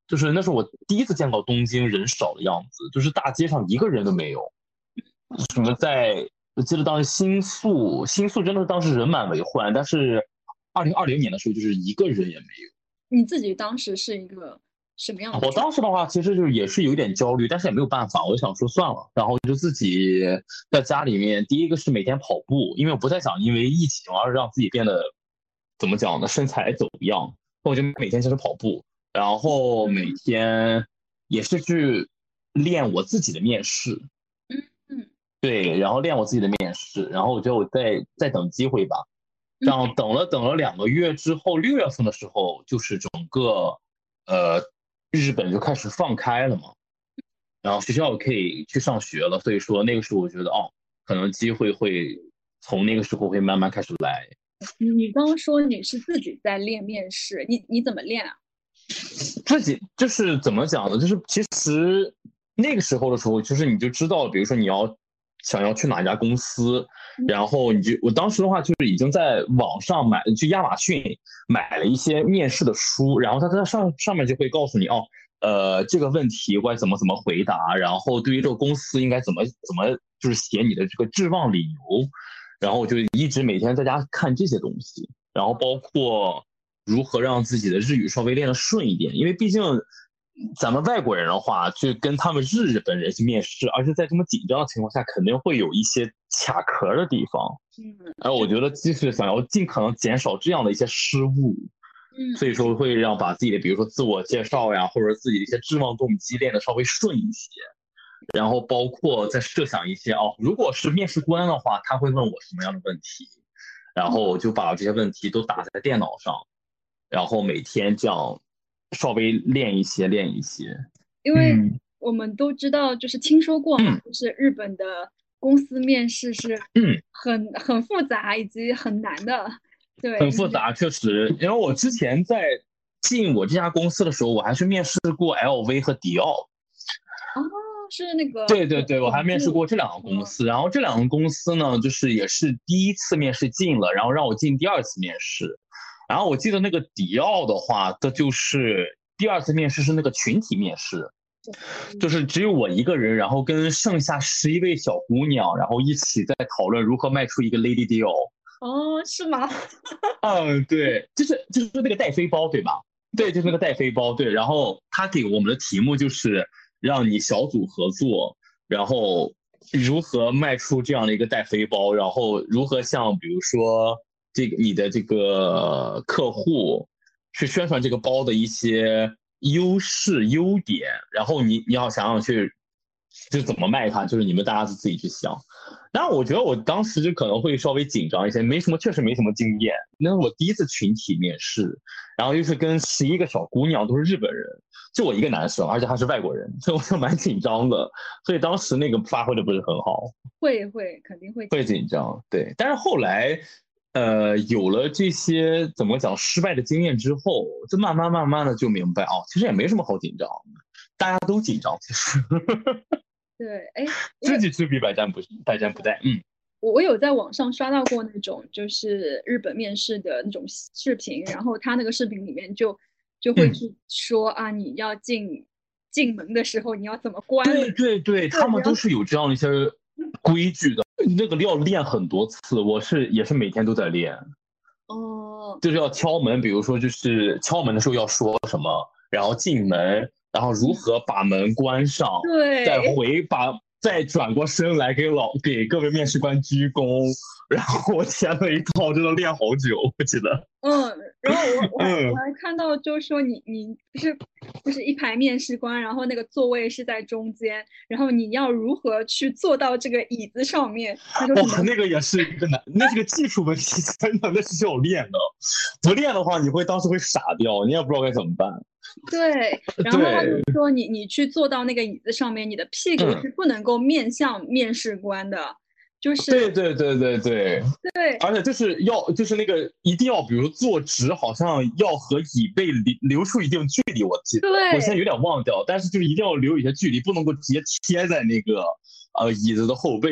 就是那是我第一次见到东京人少的样子，就是大街上一个人都没有。什么在，我记得当时新宿，新宿真的是当时人满为患，但是二零二零年的时候就是一个人也没有。 你自己当时是一个什么样的？ 我当时的话，其实就是也是有点焦虑，但是也没有办法，我就想说算了，然后就自己在家里面，第一个是每天跑步，因为我不太想因为疫情而让自己变得怎么讲呢，身材走样，我就每天就是跑步，然后每天也是去练我自己的面试， 嗯嗯， 对，然后练我自己的面试，然后我觉得我再再等机会吧，这样等了等了两个月之后，六月份的时候，就是整个呃日本就开始放开了嘛，然后学校可以去上学了，所以说那个时候我觉得哦，可能机会会从那个时候会慢慢开始来。 你你刚刚说你是自己在练面试，你你怎么练啊？ 自己就是怎么讲呢？就是其实那个时候的时候，就是你就知道，比如说你要想要去哪一家公司，然后你就我当时的话就是已经在网上买，去亚马逊买了一些面试的书，然后它在上上面就会告诉你哦，呃，这个问题我该怎么怎么回答，然后对于这个公司应该怎么怎么就是写你的这个致望理由，然后我就一直每天在家看这些东西，然后包括如何让自己的日语稍微练得顺一点，因为毕竟咱们外国人的话，去跟他们日本人去面试，而且在这么紧张的情况下，肯定会有一些卡壳的地方。 嗯， 而我觉得就是想要尽可能减少这样的一些失误， 嗯， 所以说会让把自己的比如说自我介绍呀，或者自己的一些致望动机练得稍微顺一些。然后包括再设想一些哦，如果是面试官的话，他会问我什么样的问题，然后我就把这些问题都打在电脑上，然后每天这样稍微练一些练一些。 因为嗯我们都知道，就是听说过嘛， 嗯就是日本的公司面试是嗯， 很很复杂以及很难的。对， 很复杂，确实。因为我之前在进我这家公司的时候，我还去面试过 L V 和迪奥。 哦，是那个对对对，我还总部面试过这两个公司，然后这两个公司呢，就是也是第一次面试进了，然后让我进第二次面试。然后我记得那个迪奥的话，这就是第二次面试是那个群体面试，就是只有我一个人，然后跟剩下十一位小姑娘，然后一起在讨论如何卖出一个 Lady Deal。 哦，是吗？ 嗯，对，就是就是那个带飞包，对吧？对，就是那个带飞包，对。然后他给我们的题目就是让你小组合作，然后如何卖出这样的一个带飞包，然后如何向比如说这个你的这个客户去宣传这个包的一些优势优点，然后你你要想想去就怎么卖它，就是你们大家自己去想。但我觉得我当时就可能会稍微紧张一些，没什么，确实没什么经验。那是我第一次群体面试，然后又是跟十一个小姑娘，都是日本人，就我一个男生，而且还是外国人，所以我就蛮紧张的。所以当时那个发挥的不是很好， 会会肯定会会紧张。对，但是后来，呃，有了这些怎么讲失败的经验之后，就慢慢慢慢的就明白哦，其实也没什么好紧张的，大家都紧张，其实。 对，哎， 知己知彼，百战不百战不殆。嗯。 我我有在网上刷到过那种就是日本面试的那种视频，然后他那个视频里面就就会去说啊，你要进进门的时候你要怎么关门。 对对对，他们都是有这样一些规矩的，那个要练很多次，我是也是每天都在练。 哦， 就是要敲门，比如说就是敲门的时候要说什么，然后进门，然后如何把门关上， 对， 再回把再转过身来给老给各位面试官鞠躬，然后我天那一套真的练好久，我记得。 嗯，然后我我还嗯我还看到就是说你你是就是一排面试官，然后那个座位是在中间，然后你要如何去坐到这个椅子上面？他说哇，那个也是一个难，那是个技术问题，真的那是需要练的，不练的话你会当时会傻掉，你也不知道该怎么办。 对，然后他就说你你去坐到那个椅子上面，你的屁股是不能够面向面试官的，嗯、就是对对对对对对， 而且就是要就是那个一定要，比如坐直，好像要和椅背留留出一定距离，我记得， 对， 我现在有点忘掉，但是就是一定要留一些距离，不能够直接贴在那个呃椅子的后背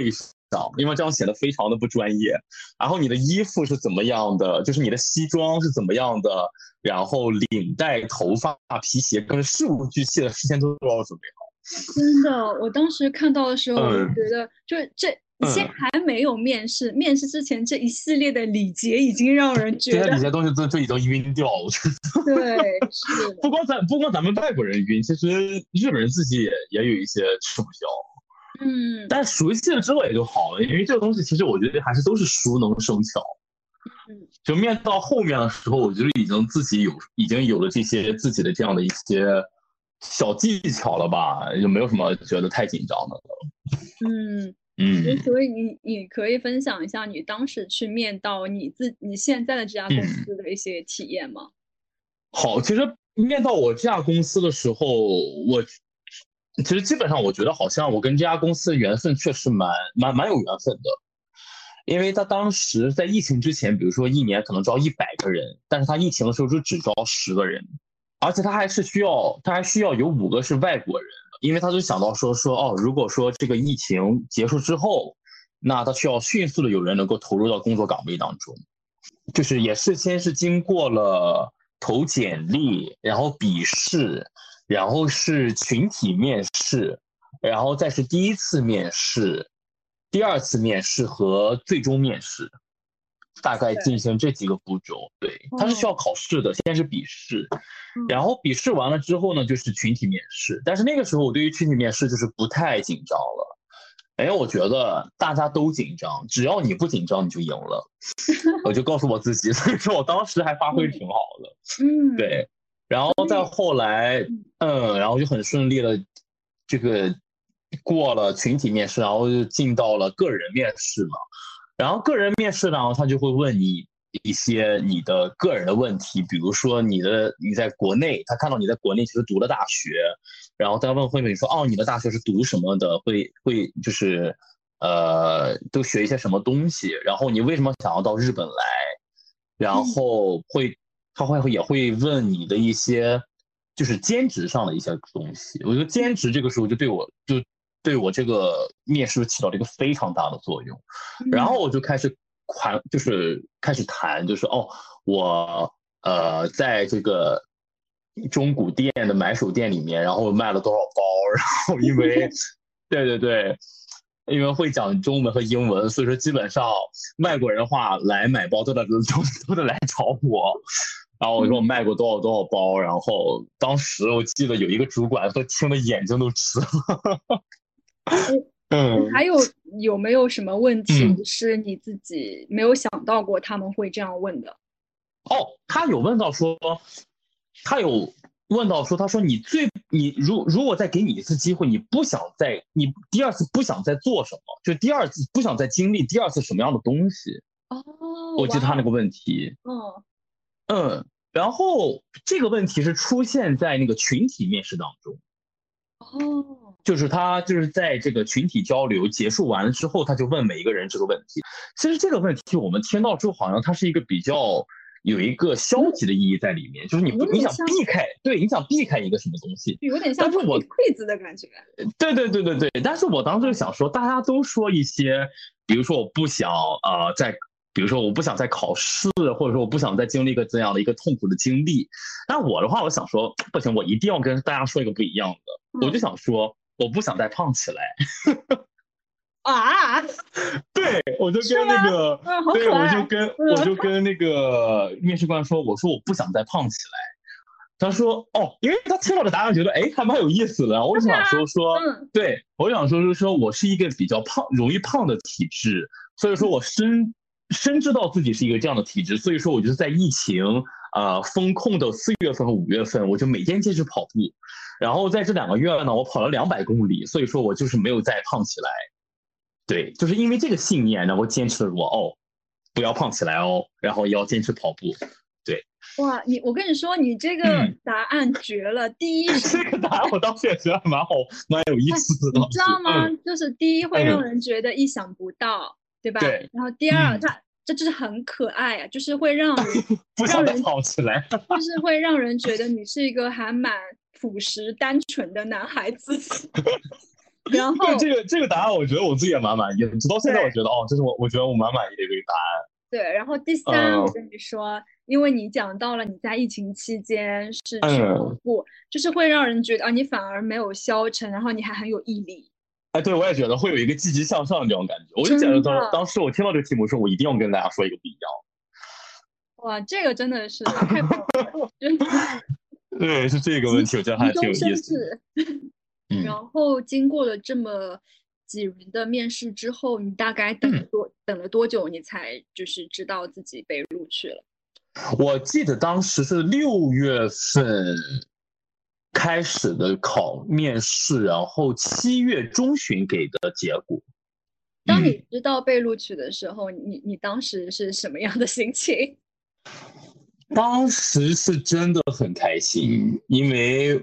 上，因为这样显得非常的不专业。然后你的衣服是怎么样的，就是你的西装是怎么样的，然后领带、头发、皮鞋，更是事无巨细的事先都要准备好。 真的，我当时看到的时候，我就嗯觉得，就是这先嗯， 还没有面试，面试之前这一系列的礼节已经让人这觉得， 些这些东西都就已经晕掉了。 对，是的， 不光咱不光咱们外国人晕，其实日本人自己也也有一些吃不消。 嗯但熟悉了之后也就好了，因为这个东西其实我觉得还是都是熟能生巧。 嗯就面到后面的时候，我觉得已经自己有已经有了这些自己的这样的一些小技巧了吧，就没有什么觉得太紧张的了。 嗯。 嗯所以你你可以分享一下你当时去面到你自你现在的这家公嗯， 司的一些体验吗？ 好，其实面到我这家公司的时候，我其实基本上我觉得好像我跟这家公司的缘分确实蛮蛮蛮有缘分的。因为他当时在疫情之前，比如说一年可能招一百个人，但是他疫情的时候就只招十个人，而且他还是需要，他还需要有五个是外国人，因为他就想到说说哦，如果说这个疫情结束之后，那他需要迅速的有人能够投入到工作岗位当中，就是也是先是经过了投简历，然后笔试，然后是群体面试，然后再是第一次面试。第二次面试和最终面试，大概进行这几个步骤。对，它是需要考试的，先是笔试，然后笔试完了之后呢，就是群体面试。但是那个时候我对于群体面试就是不太紧张了，因为我觉得大家都紧张，只要你不紧张你就赢了，我就告诉我自己，所以说我当时还发挥挺好的。 嗯， 对，然后再后来，嗯，然后就很顺利的这个。过了群体面试，然后就进到了个人面试嘛。然后个人面试呢，他就会问你一些你的个人的问题，比如说你的你在国内，他看到你在国内其实读了大学，然后再问会问你说，哦，你的大学是读什么的？会会就是呃，都学一些什么东西？然后你为什么想要到日本来？然后会他会也会问你的一些就是兼职上的一些东西。我觉得兼职这个时候就对我就。对我这个面试起到了一个非常大的作用，然后我就开始谈，就是开始谈，就是哦，我呃在这个中古店的买手店里面，然后卖了多少包，然后因为对对对，因为会讲中文和英文，所以说基本上外国人的话来买包都得都都得来找我。然后我说我卖过多少多少包，然后当时我记得有一个主管都听得眼睛都直了。 嗯，还有有没有什么问题嗯是你自己没有想到过他们会这样问的？ 哦，他有问到说，他有问到说，他说你最你如如果再给你一次机会，你不想再你第二次不想再做什么，就第二次不想再经历第二次什么样的东西？ 哦， 我记得他那个问题， 嗯嗯，然后这个问题是出现在那个群体面试当中。 哦， 就是他就是在这个群体交流结束完了之后，他就问每一个人这个问题。其实这个问题我们听到之后，好像它是一个比较有一个消极的意义在里面，就是你不你想避开，对，你想避开一个什么东西， 有点像但是我柜子的感觉。 对对对对对，但是我当时想说，大家都说一些，比如说我不想呃在。比如说，我不想再考试，或者说我不想再经历一个这样的一个痛苦的经历。但我的话，我想说，不行，我一定要跟大家说一个不一样的。嗯、我就想说，我不想再胖起来。 啊！ 对，我就跟那个， 嗯、 对，我就跟、嗯、我就跟那个面试官说，我说我不想再胖起来。他说，哦，因为他听到的答案觉得，哎，还蛮有意思的。我就想说说，嗯、对我想说是说我是一个比较胖、容易胖的体质，所以说我深。深知道自己是一个这样的体质，所以说我就是在疫情呃封控的四月份和五月份，我就每天坚持跑步，然后在这两个月呢，我跑了两百公里，所以说我就是没有再胖起来。对，就是因为这个信念，然后坚持了我哦，不要胖起来哦，然后要坚持跑步。对， 哇，你我跟你说，你这个答案绝了。嗯、第一， 这个答案我当时也觉得蛮好，蛮有意思的。 你知道吗？ 嗯、 就是第一会让人觉得意想不到。嗯对吧？ 对， 然后第二，嗯、它这就是很可爱啊，就是会让人不想再跑起来， 就是会让人觉得你是一个还蛮朴实单纯的男孩子。 然后对这个这个答案，我觉得我自己也蛮满意的。直到现在，我觉得哦，这是我我觉得我蛮满意的一个答案。 对，然后第三， 嗯我跟你说，因为你讲到了你在疫情期间是去跑嗯， 步，就是会让人觉得啊，你反而没有消沉，然后你还很有毅力。 哎，对我也觉得会有一个积极向上的这种感觉。我就觉得真的， 当当时我听到这个题目的时候，我一定要跟大家说一个不一样。 哇，这个真的是太棒了，真的对，是这个问题，我觉得还挺有急中生意思的。 智。 嗯然后经过了这么几轮的面试之后，你大概等了嗯， 多等了多久，你才就是知道自己被录取了？ 我记得当时是六月份开始的考面试，然后七月中旬给的结果。 当你嗯， 知道被录取的时候，你你当时是什么样的心情？ 当时是真的很开心，因为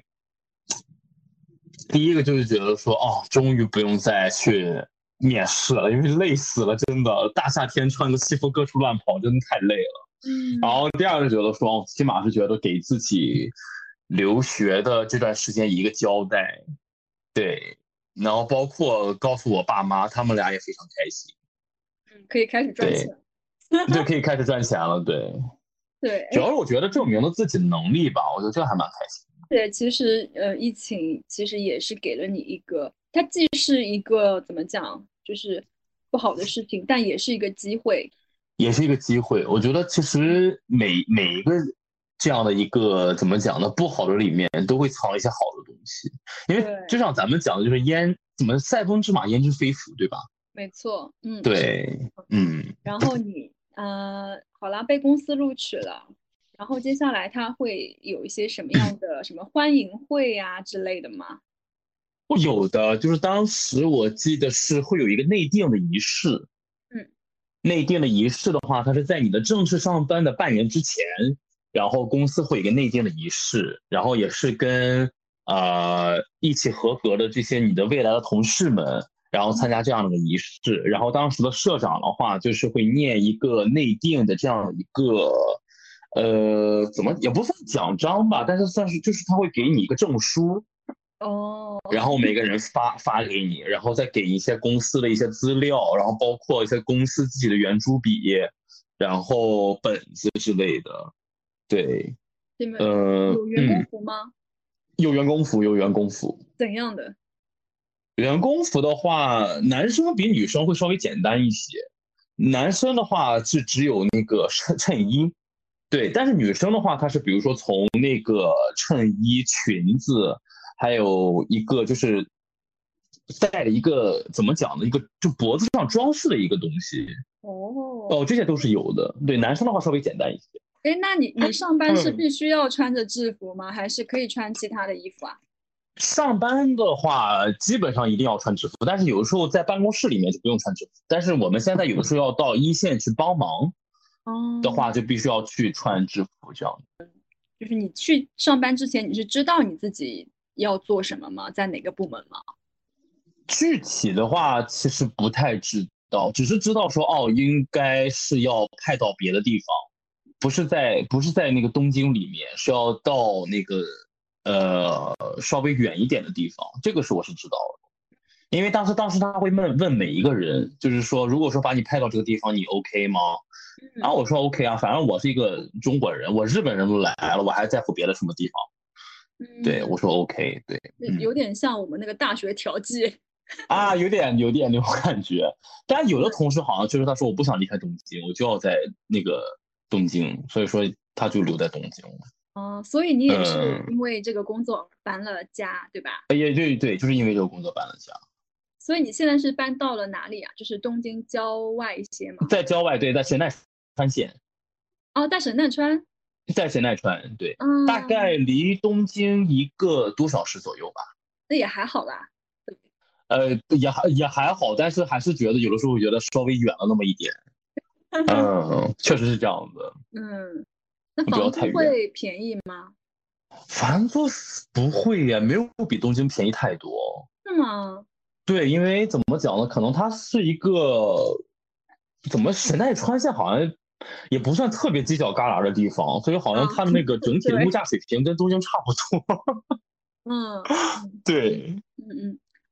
第一个就是觉得说，哦，终于不用再去面试了，因为累死了，真的，大夏天穿着西服各处乱跑，真的太累了。然嗯， 后第二个觉得说，哦，起码是觉得给自己留学的这段时间一个交代，对，然后包括告诉我爸妈，他们俩也非常开心， 可以开始赚钱。 对，就可以开始赚钱了，对， 对， 主要哎， 是我觉得证明了自己的能力吧，我觉得这个还蛮开心的， 对，其实呃，疫情其实也是给了你一个，它既是一个怎么讲，就是不好的事情，但也是一个机会。 也是一个机会。我觉得其实每每一个这样的一个怎么讲呢，不好的里面都会藏一些好的东西，因为对， 就像咱们讲的，就是焉怎么塞翁之马焉知非福，对吧？ 没错，嗯，是。 对，嗯。 然后你呃，好啦，被公司录取了，然后接下来他会有一些什么样的什么欢迎会呀、之类的吗？ 会有的，就是当时我记得是会有一个内定的仪式。 嗯， 内定的仪式的话，它是在你的正式上班的半年之前，然后公司会有一个内定的仪式，然后也是跟呃一起合格的这些你的未来的同事们，然后参加这样的个仪式。然后当时的社长的话，就是会念一个内定的这样一个。呃，怎么也不算奖章吧，但是算是就是他会给你一个证书， 哦， 然后每个人发发给你，然后再给一些公司的一些资料，然后包括一些公司自己的圆珠笔，然后本子之类的。对， 你们呃， 有员工嗯， 服吗？ 有员工服，有员工服。 怎样的？ 员工服的话，男生比女生会稍微简单一些。男生的话是只有那个衬衬衣，对，但是女生的话，她是比如说从那个衬衣、裙子，还有一个就是带了一个怎么讲呢？一个就脖子上装饰的一个东西。 哦， 哦，这些都是有的。对，男生的话稍微简单一些。 哎，那你你上班是嗯， 必须要穿着制服吗？还是可以穿其他的衣服啊？ 上班的话基本上一定要穿制服，但是有的时候在办公室里面就不用穿制服。但是我们现在有的时候要到一线去帮忙的哦， 话，就必须要去穿制服这样。 就是你去上班之前，你是知道你自己要做什么吗？在哪个部门吗？ 具体的话其实不太知道，只是知道说哦，应该是要派到别的地方，不是在不是在那个东京里面，是要到那个呃稍微远一点的地方，这个是我是知道的。因为当时当时他会问问每一个人，就是说如果说把你派到这个地方，你 OK 吗？然后嗯， 我说 OK 啊，反正我是一个中国人，我日本人都来了，我还在乎别的什么地方？对， 嗯， 我说 OK，对，嗯。 有点像我们那个大学调剂。 啊，有点有点那种感觉。但有的对， 同事好像就是他说我不想离开东京，我就要在那个东京，所以说他就留在东京了。 嗯，所以你也是嗯， 因为这个工作而搬了家，对吧？ 也对对，就是因为这个工作搬了家， 所以你现在是搬到了哪里啊？就是东京郊外一些吗？ 在郊外，对，在神奈川县， 哦，在神奈川。 在神奈川，对，大概嗯， 离东京一个多小时左右吧。 那也还好啦。 呃，也还也还好，但是还是觉得有的时候觉得稍微远了那么一点。嗯，确实是这样子， 嗯，那不要房租太远。 会便宜吗？ 房租不会呀，没有比东京便宜太多。 是吗？ 对，因为怎么讲呢？可能它是一个怎么神奈川县好像也不算特别犄角旮旯的地方，所以好啊， 像它的那个整对， 体的物价水平跟东京差不多。 嗯嗯对， 嗯嗯。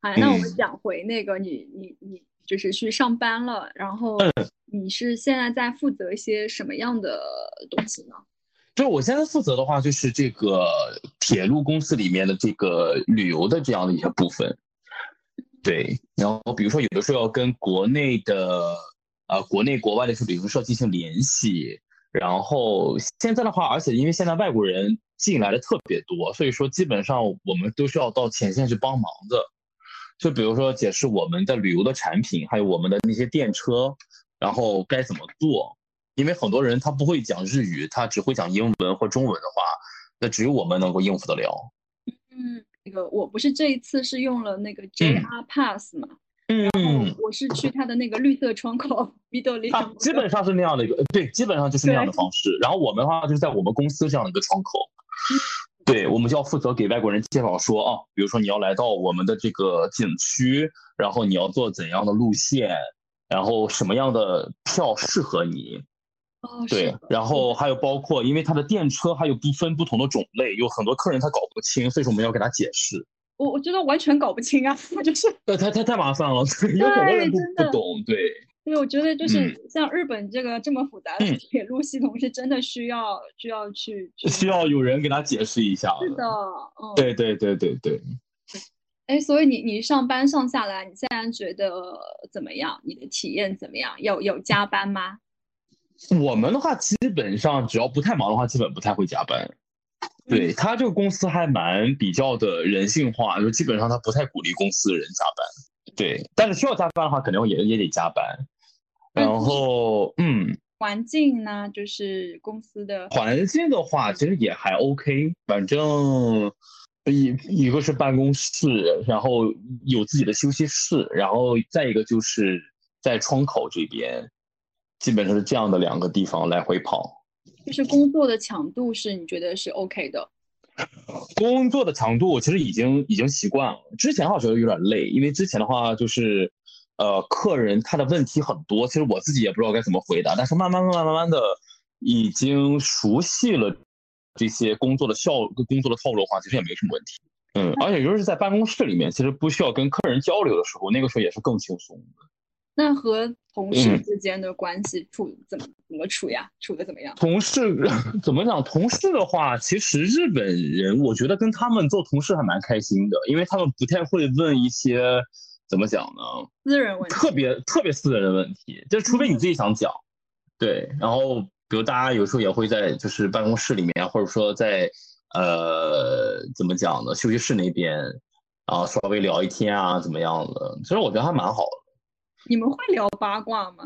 好，那我们讲回那个你你你就是去上班了，然后你是现在在负责一些什么样的东西呢？ 就是我现在负责的话，就是这个铁路公司里面的这个旅游的这样的一些部分。对，然后比如说有的时候要跟国内的呃国内国外的旅行社进行联系，然后现在的话，而且因为现在外国人进来的特别多，所以说基本上我们都是要到前线去帮忙的。就比如说解释我们的旅游的产品，还有我们的那些电车，然后该怎么做。因为很多人他不会讲日语，他只会讲英文或中文的话，那只有我们能够应付得了。 嗯，那个我不是这一次是用了那个 J R Pass 嘛，嗯，然后我是去它的那个绿色窗口 Midori 啊，基本上是那样的一个，对，基本上就是那样的方式。然后我们的话就是在我们公司这样的一个窗口。对，我们就要负责给外国人介绍说啊，比如说你要来到我们的这个景区，然后你要做怎样的路线，然后什么样的票适合你。 哦， 对，然后还有包括，因为它的电车还有不分不同的种类，有很多客人他搞不清，所以说我们要给他解释。 我我觉得完全搞不清啊，就是， 呃，太太太麻烦了，有很多人不不懂，对。 对，我觉得就是像日本这个这么复杂的铁路系统，是真的需要需要去需要有人给他解释一下。 是的，嗯， 对对对对对。 哎，所以你你上班上下来，你现在觉得怎么样？你的体验怎么样？有有加班吗？ 我们的话，基本上只要不太忙的话，基本不太会加班。对，他这个公司还蛮比较的人性化，就基本上他不太鼓励公司的人加班。对，但是需要加班的话，肯定也也得加班。然后，嗯， 环境呢，就是公司的环境的话，其实也还 OK。反正一一个是办公室，然后有自己的休息室，然后再一个就是在窗口这边，基本上是这样的两个地方来回跑。 就是工作的强度是你觉得是 OK 的？ 工作的强度我其实已经已经习惯了，之前的话觉得有点累，因为之前的话就是，呃，客人他的问题很多，其实我自己也不知道该怎么回答，但是慢慢慢慢慢慢的已经熟悉了这些工作的效工作的套路的话，其实也没什么问题。嗯，而且就是在办公室里面，其实不需要跟客人交流的时候，那个时候也是更轻松的。 那和同事之间的关系处怎么怎么处呀？处的怎么样？ 同事怎么讲？同事的话，其实日本人我觉得跟他们做同事还蛮开心的，因为他们不太会问一些怎么讲呢？ 私人问题， 特别特别私人的问题，就除非你自己想讲。对，然后比如大家有时候也会在就是办公室里面，或者说在呃怎么讲呢？休息室那边，然后稍微聊一天啊，怎么样的？其实我觉得还蛮好的。 你们会聊八卦吗？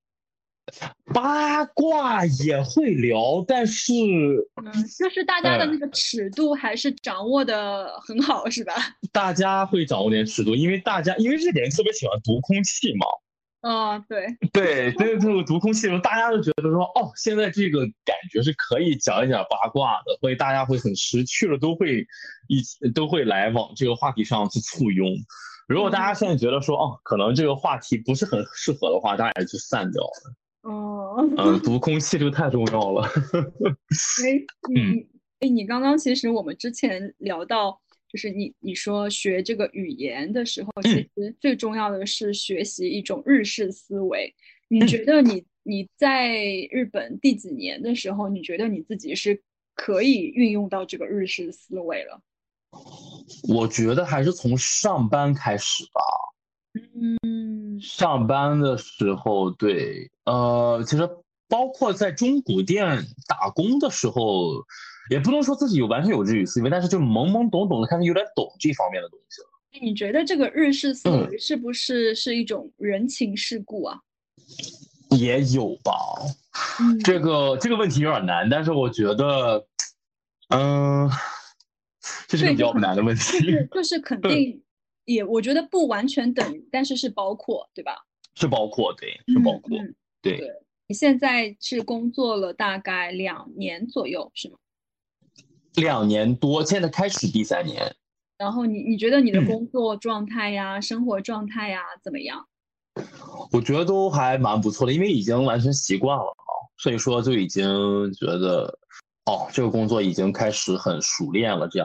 八卦也会聊，但是嗯，就是大家的那个尺度还是掌握的很好，嗯、是吧？ 大家会掌握点尺度，因为大家因为日本人特别喜欢读空气嘛。 哦，对对，对，这个读空气的时候，大家就觉得说，哦，现在这个感觉是可以讲一讲八卦的，所以大家会很识趣了，都会一都会来往这个话题上去簇拥。如果大家现在觉得说，哦，可能这个话题不是很适合的话，大家也就散掉了。 哦， 嗯，读空气这个太重要了。 哎，你哎，你刚刚其实我们之前聊到，就是你你说学这个语言的时候，其实最重要的是学习一种日式思维。你觉得你你在日本第几年的时候，你觉得你自己是可以运用到这个日式思维了？ 我觉得还是从上班开始吧。 嗯， 上班的时候，对，呃，其实包括在中古店打工的时候，也不能说自己有完全有日语思维，但是就懵懵懂懂的开始有点懂这方面的东西了。 你觉得这个日式思维是不是是一种人情世故啊？ 嗯、也有吧。 嗯， 这个这个问题有点难，但是我觉得，嗯、呃，这是个比较难的问题。 就是就是肯定也，我觉得不完全等于，但是是包括，对吧？ 是包括，对，是包括， 嗯嗯、 对, 对。你现在是工作了大概两年左右，是吗？ 两年多，现在开始第三年。 然后你你觉得你的工作状态呀、嗯、生活状态呀怎么样？ 我觉得都还蛮不错的，因为已经完全习惯了嘛，所以说就已经觉得，哦，这个工作已经开始很熟练了这样子。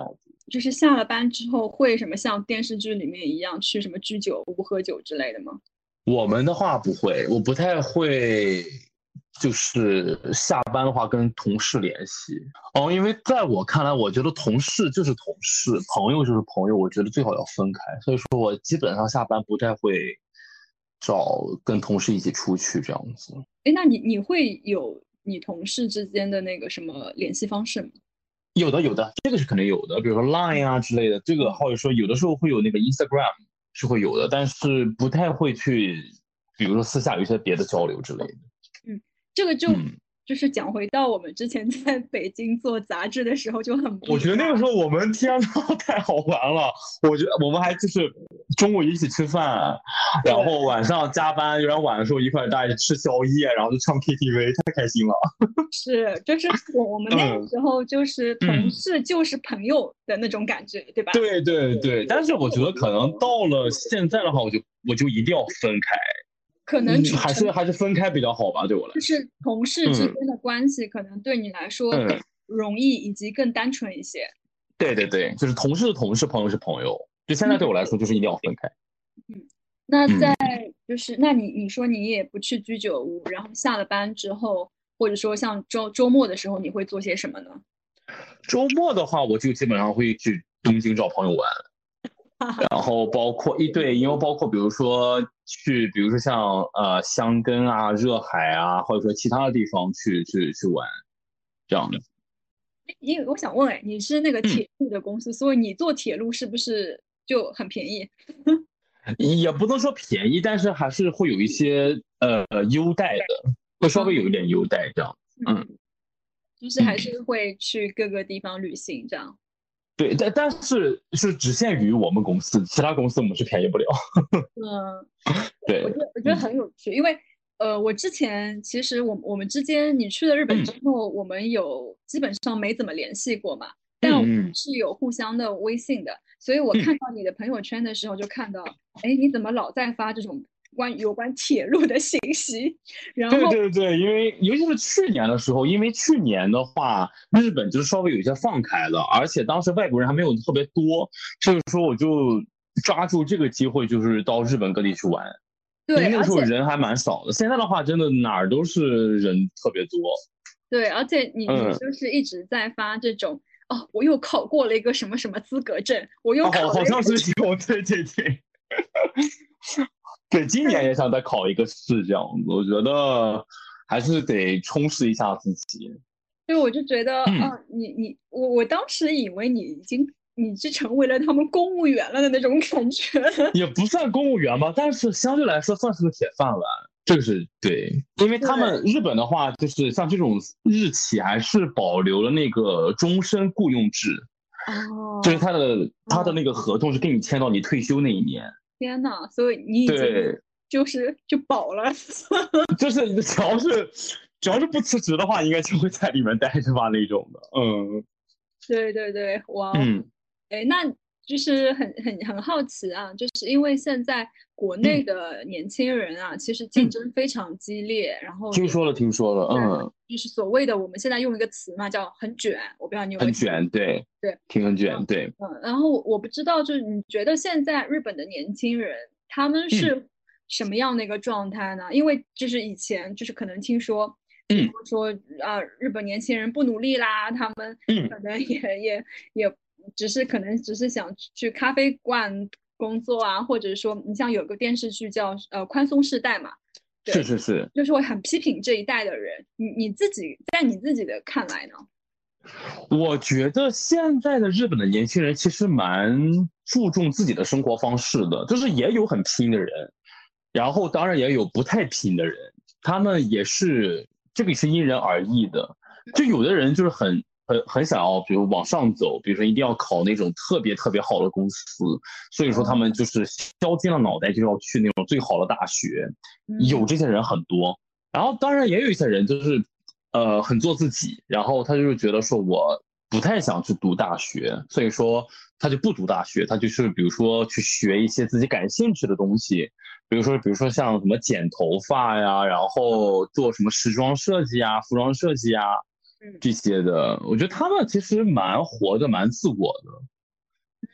就是下了班之后会什么像电视剧里面一样去什么居酒屋喝酒之类的吗？ 我们的话不会，我不太会，就是下班的话跟同事联系哦，因为在我看来，我觉得同事就是同事，朋友就是朋友，我觉得最好要分开。所以说我基本上下班不太会找跟同事一起出去这样子。 哎，那你你会有你同事之间的那个什么联系方式吗？ 有的有的，这个是肯定有的，比如说 Line 啊之类的，这个或者说有的时候会有那个 Instagram 是会有的，但是不太会去，比如说私下有一些别的交流之类的。 嗯，这个就、 嗯就是讲回到我们之前在北京做杂志的时候就很不我觉得那个时候我们天呐，太好玩了！我觉得我们还就是中午一起吃饭，然后晚上加班有点晚的时候一块大家吃宵夜，然后就唱 K T V，太开心了。 是，就是我我们那个时候就是同事就是朋友的那种感觉，对吧？ 对对对，但是我觉得可能到了现在的话，我就我就一定要分开， 可能嗯、还是还是分开比较好吧，对我来说。 就是同事之间的关系，可能对你来说更容易以及更单纯一些。 对对对，就是同事是同事，朋友是朋友。就现在对我来说，就是一定要分开。 嗯，那在就是，那你你说你也不去居酒屋，然后下了班之后，或者说像周周末的时候，你会做些什么呢？ 周末的话，我就基本上会去东京找朋友玩。然后包括一对，因为包括比如说去，比如说像呃箱根啊、热海啊，或者说其他的地方去去去玩，这样的。 因为我想问，哎，你是那个铁路的公司，嗯、所以你坐铁路是不是就很便宜？ 也不能说便宜，但是还是会有一些呃优待的，会稍微有一点优待这样。嗯， 就是还是会去各个地方旅行这样。 对，但但是是只限于我们公司，其他公司我们是便宜不了。 嗯， 对， 我觉得我觉得很有趣，因为呃，我之前其实我我们之间，你去了日本之后，我们有基本上没怎么联系过嘛，但我们是有互相的微信的，所以我看到你的朋友圈的时候，就看到，哎，你怎么老在发这种关有关铁路的信息？然后对对对，因为尤其是去年的时候，因为去年的话，日本就是稍微有一些放开了，而且当时外国人还没有特别多，所以说我就抓住这个机会，就是到日本各地去玩。 对， 因为那个时候人还蛮少的，现在的话，真的哪儿都是人特别多。 对，而且你你就是一直在发这种、嗯、哦，我又考过了一个什么什么资格证，我又考了、 哦、好像是有，对对对。对，今年也想再考一个试，这样子，我觉得还是得充实一下自己。 所以我就觉得，嗯、啊，你你我我当时以为你已经你是成为了他们公务员了的那种感觉。 也不算公务员吧，但是相对来说算是个铁饭碗。这个是对，因为他们日本的话，就是像这种日企还是保留了那个终身雇佣制， 哦， 就是他的他的那个合同是跟你签到你退休那一年。 天哪，所以你已经就是就保了。 就是只要是只要是不辞职的话，应该就会在里面待着吧那种的。嗯， 对对对，哇， 嗯， 哎，那就是很很很好奇啊，就是因为现在国内的年轻人啊，嗯、其实竞争非常激烈，然后听说了听说了，嗯， 就是所谓的我们现在用一个词嘛，叫很卷，我不知道你有没有很卷，对对， 挺很卷，对， 嗯，然后我不知道，就是你觉得现在日本的年轻人他们是什么样的一个状态呢？嗯、因为就是以前就是可能听说。嗯，说啊、呃，日本年轻人不努力啦，他们可能也、嗯、也也只是可能只是想去咖啡馆工作啊，或者说你像有个电视剧叫呃宽松世代嘛， 是是是， 就是会很批评这一代的人。你你自己在你自己的看来呢？ 我觉得现在的日本的年轻人其实蛮注重自己的生活方式的，就是也有很拼的人，然后当然也有不太拼的人，他们也是。这个是因人而异的，就有的人就是很很很想要，比如往上走，比如说一定要考那种特别特别好的公司，所以说他们就是削尖了脑袋就要去那种最好的大学，有这些人很多。然后当然也有一些人就是呃很做自己，然后他就是觉得说我不太想去读大学，所以说他就不读大学，他就是比如说去学一些自己感兴趣的东西。比如说，比如说像什么剪头发呀，然后做什么时装设计啊、服装设计啊这些的，我觉得他们其实蛮活的，蛮自我的。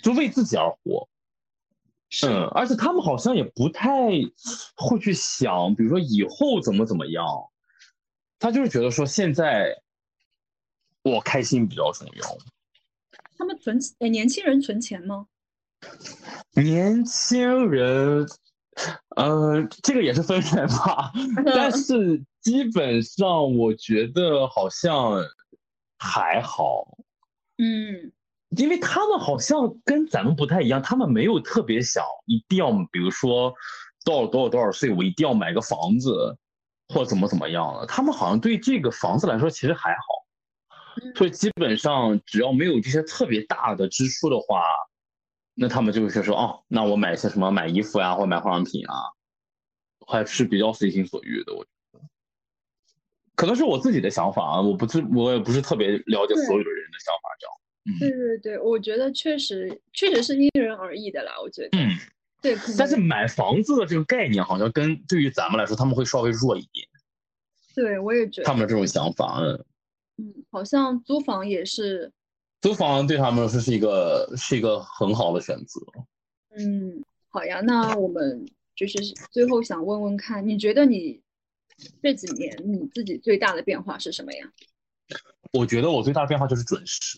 就为自己而活。嗯，而且他们好像也不太会去想，比如说以后怎么怎么样，他就是觉得说现在我开心比较重要。 他们存诶，年轻人存钱吗？ 年轻人，呃，这个也是分人吧，但是基本上我觉得好像还好。 嗯， 因为他们好像跟咱们不太一样，他们没有特别想一定要，比如说到了多少多少岁，我一定要买个房子，或怎么怎么样了。他们好像对这个房子来说其实还好，所以基本上只要没有这些特别大的支出的话，那他们就会说哦，那我买一些什么买衣服呀，或者买化妆品啊，还是比较随心所欲的。我觉得可能是我自己的想法啊，我不是我也不是特别了解所有的人的想法，这样。 对对对，我觉得确实确实是因人而异的啦。我觉得， 嗯， 对， 但是买房子的这个概念好像跟对于咱们来说，他们会稍微弱一点。 对我也觉得他们的这种想法，嗯， 嗯，好像租房也是， 租房对他们来说是一个是一个很好的选择。 嗯，好呀。那我们就是最后想问问看，你觉得你这几年你自己最大的变化是什么呀？ 我觉得我最大的变化就是准时。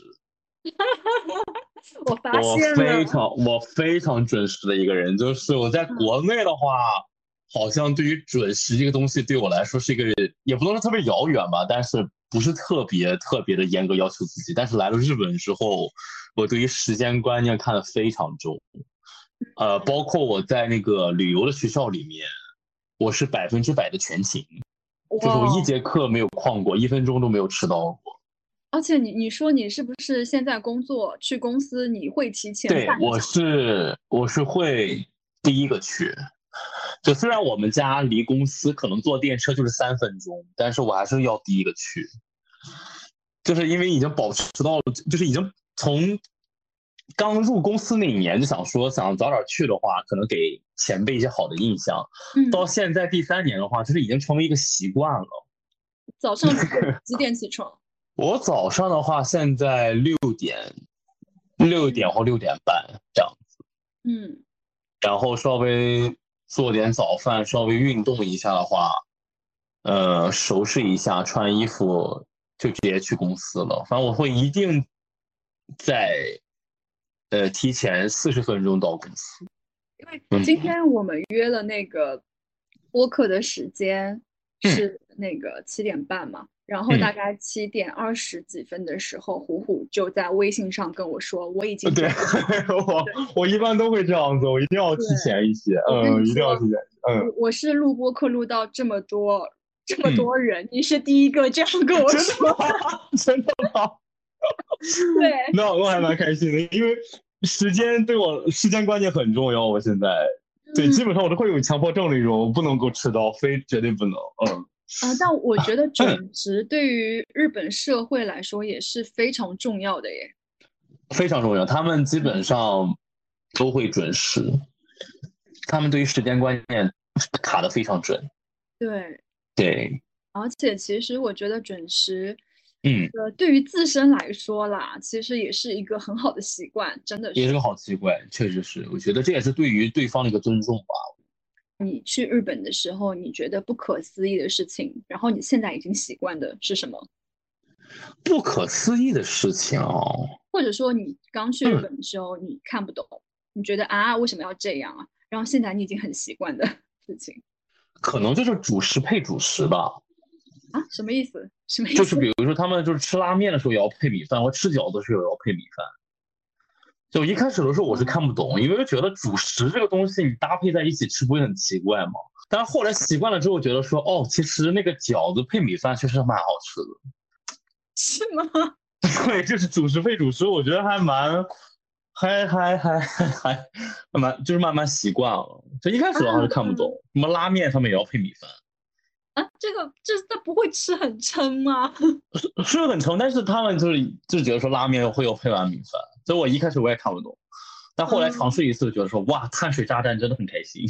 我发我现了， 非常我非常准时的一个人，就是我在国内的话，好像对于准时这个东西对我来说是一个，也不能说特别遥远吧，但是不是特别特别的严格要求自己。但是来了日本之后，我对于时间观念看得非常重。呃，包括我在那个旅游的学校里面，我是百分之百的全勤，就是我一哇！ 节课没有旷过，一分钟都没有迟到过。 而且你你说你是不是现在工作去公司你会提前对，我半个小时？ 是我是会第一个去。就虽然我们家离公司可能坐电车就是三分钟，但是我还是要第一个去，就是因为已经保持到了，就是已经从刚入公司那一年就想说想早点去的话，可能给前辈一些好的印象。 嗯， 到现在第三年的话，就是已经成为一个习惯了。 早上几点几点起床？ 我早上的话，现在六点六点或六点半这样。 嗯， 然后稍微做点早饭，稍微运动一下的话，呃，收拾一下，穿衣服就直接去公司了。反正我会一定在呃提前四十分钟到公司。 因为今天我们约了那个播客的时间是那个七点半嘛，然后大概七点二十几分的时候，虎虎就在微信上跟我说，我已经对我我一般都会这样子，我一定要提前一些，嗯，一定要提前，嗯， 我我是录播课录到这么多这么多人，嗯、你是第一个这样跟我说的， 真的吗？ 对， 那我还蛮开心的，因为时间对我时间观念很重要。我现在对，基本上我都会有强迫症那种，不能够迟到，非绝对不能。嗯啊、呃，但我觉得准时对于日本社会来说也是非常重要的耶。 非常重要，他们基本上都会准时，他们对于时间观念卡得非常准。 对对， 而且其实我觉得准时。 嗯， 呃，对于自身来说啦，其实也是一个很好的习惯，真的是。 也是个好习惯，确实是。我觉得这也是对于对方的一个尊重吧。 你去日本的时候，你觉得不可思议的事情，然后你现在已经习惯的是什么？ 不可思议的事情哦， 或者说你刚去日本的时候，你看不懂，你觉得啊，为什么要这样啊？然后现在你已经很习惯的事情， 可能就是主食配主食吧。 啊，什么意思？什么意思？ 就是比如说他们就是吃拉面的时候也要配米饭，或吃饺子的时候也要配米饭。就一开始的时候我是看不懂，因为觉得主食这个东西你搭配在一起吃不会很奇怪吗？但是后来习惯了之后，觉得说哦，其实那个饺子配米饭确实蛮好吃的。 是吗？ 对，就是主食配主食，我觉得还蛮，还还还还还蛮，就是慢慢习惯了。就一开始的话是看不懂，啊、什么拉面他们也要配米饭。 啊，这个这他不会吃很撑吗？ 是很撑，但是他们就是就觉得说拉面会有配碗米饭，所以我一开始我也看不懂，但后来尝试一次，觉得说、嗯、哇，碳水炸弹真的很开心。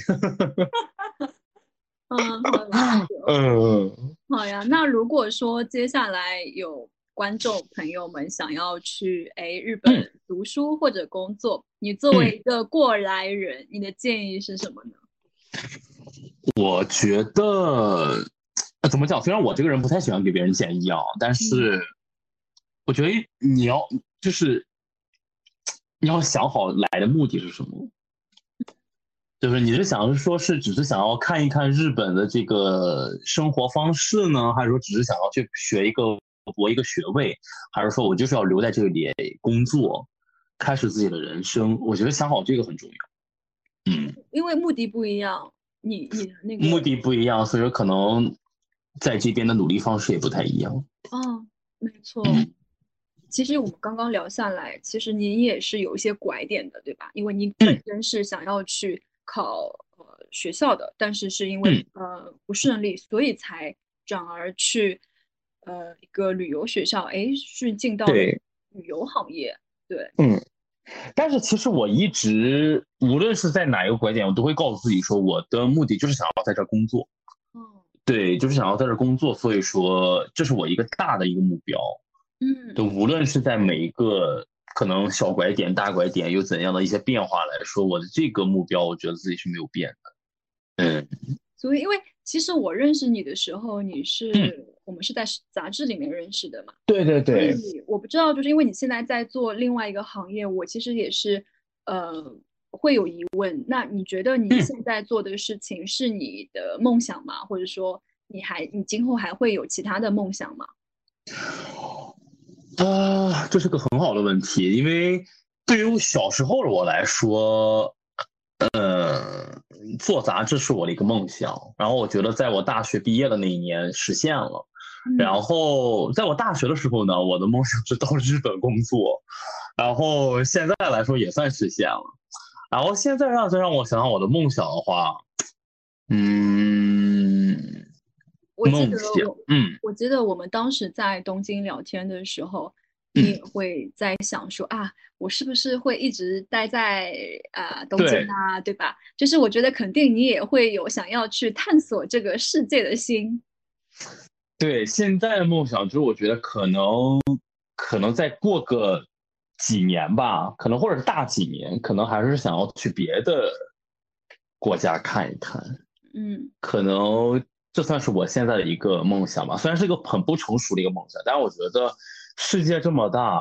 嗯，好嗯， 好呀。那如果说接下来有观众朋友们想要去哎日本读书或者工作，嗯、你作为一个过来人，嗯、你的建议是什么呢？ 我觉得，呃、怎么讲？虽然我这个人不太喜欢给别人建议啊，但是我觉得你要就是你要想好来的目的是什么。就是你是想说是只是想要看一看日本的这个生活方式呢，还是说只是想要去学一个博一个学位，还是说我就是要留在这里工作，开始自己的人生？我觉得想好这个很重要。嗯， 因为目的不一样，你你那个目的不一样，所以说可能在这边的努力方式也不太一样。 哦，没错。嗯，其实我们刚刚聊下来，其实你也是有一些拐点的，对吧？因为你本身是想要去考呃学校的，但是是因为、嗯、呃不顺利，所以才转而去呃一个旅游学校，哎，是进到了旅游行业。对， 嗯。但是其实我一直无论是在哪一个拐点，我都会告诉自己说，我的目的就是想要在这儿工作。 嗯， 对，就是想要在这儿工作，所以说这是我一个大的一个目标。 嗯， 就无论是在每一个可能小拐点、大拐点有怎样的一些变化来说，我的这个目标，我觉得自己是没有变的。嗯， 所以因为其实我认识你的时候，你是、嗯、我们是在杂志里面认识的嘛？ 对对对。 所以我不知道，就是因为你现在在做另外一个行业，我其实也是呃会有疑问。那你觉得你现在做的事情是你的梦想吗？嗯、或者说你还你今后还会有其他的梦想吗？ 啊，这是个很好的问题，因为对于小时候的我来说，呃，做杂志是我的一个梦想。然后我觉得在我大学毕业的那一年实现了。嗯、然后在我大学的时候呢，我的梦想是到日本工作，然后现在来说也算实现了。然后现在让再让我想想我的梦想的话，嗯。 我记得我，嗯，我记得我们当时在东京聊天的时候，嗯、你也会在想说啊，我是不是会一直待在啊、呃、东京啊， 对, 对吧？就是我觉得肯定你也会有想要去探索这个世界的心。 对，现在的梦想就是我觉得可能可能再过个几年吧，可能或者是大几年，可能还是想要去别的国家看一看。 嗯， 可能。这算是我现在的一个梦想吧，虽然是一个很不成熟的一个梦想，但是我觉得世界这么大，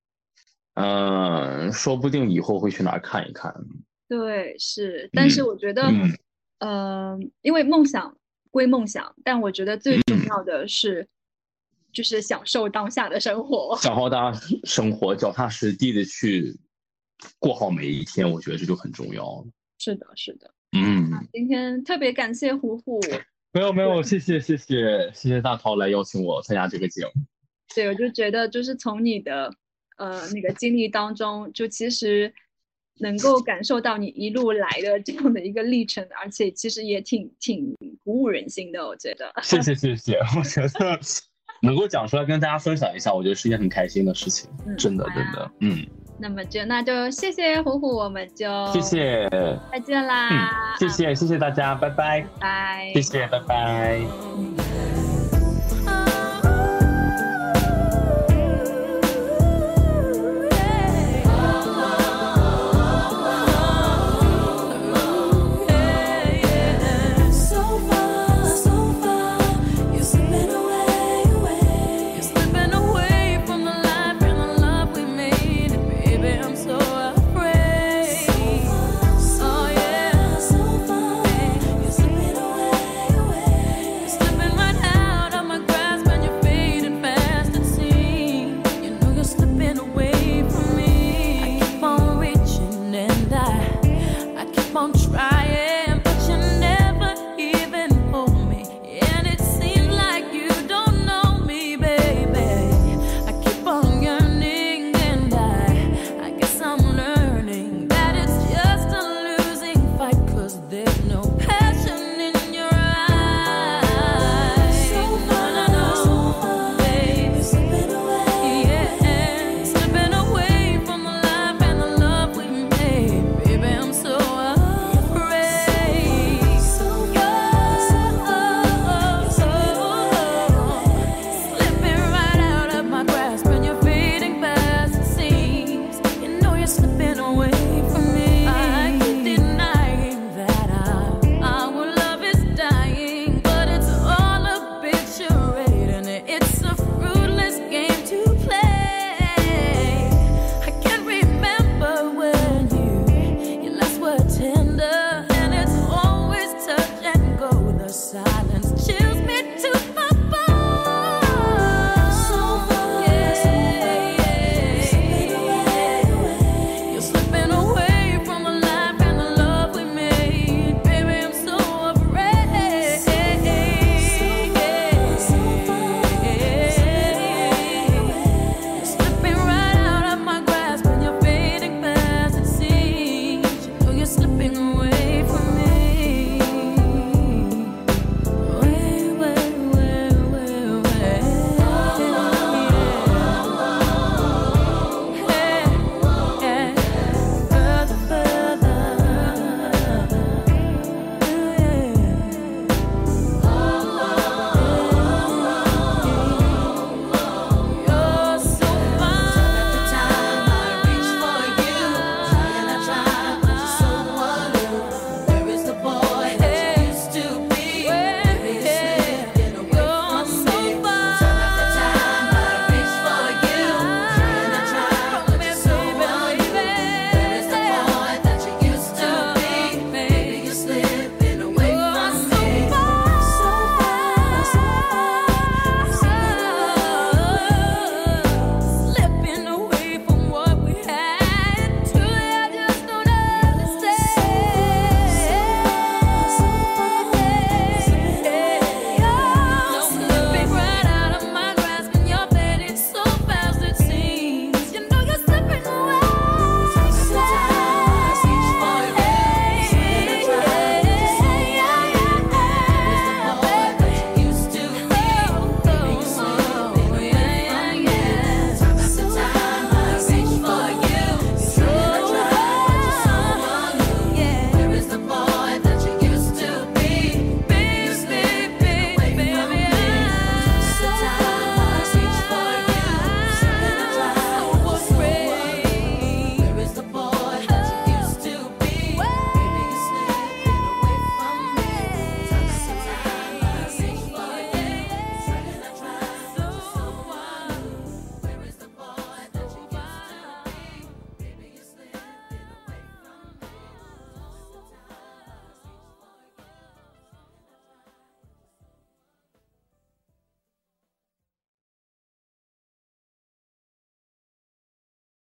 嗯，说不定以后会去哪儿看一看。 对，是，但是我觉得，嗯，呃，因为梦想归梦想，但我觉得最重要的是，嗯、就是享受当下的生活， 享受当下生活，脚踏实地的去过好每一天，我觉得这就很重要了。 是的，是的， 嗯， 今天特别感谢虎虎。 没有没有，谢谢谢谢谢谢大涛来邀请我参加这个节目。 对，我就觉得就是从你的呃那个经历当中，就其实能够感受到你一路来的这样的一个历程，而且其实也挺挺鼓舞人心的，我觉得。 谢谢谢谢，我觉得能够讲出来跟大家分享一下，我觉得是一件很开心的事情，嗯、真的、啊、真的，嗯。 那么就那就谢谢虎虎，我们就谢谢再见啦、 嗯，谢谢谢谢大家，拜拜， 拜拜， 谢谢，拜拜。 I'm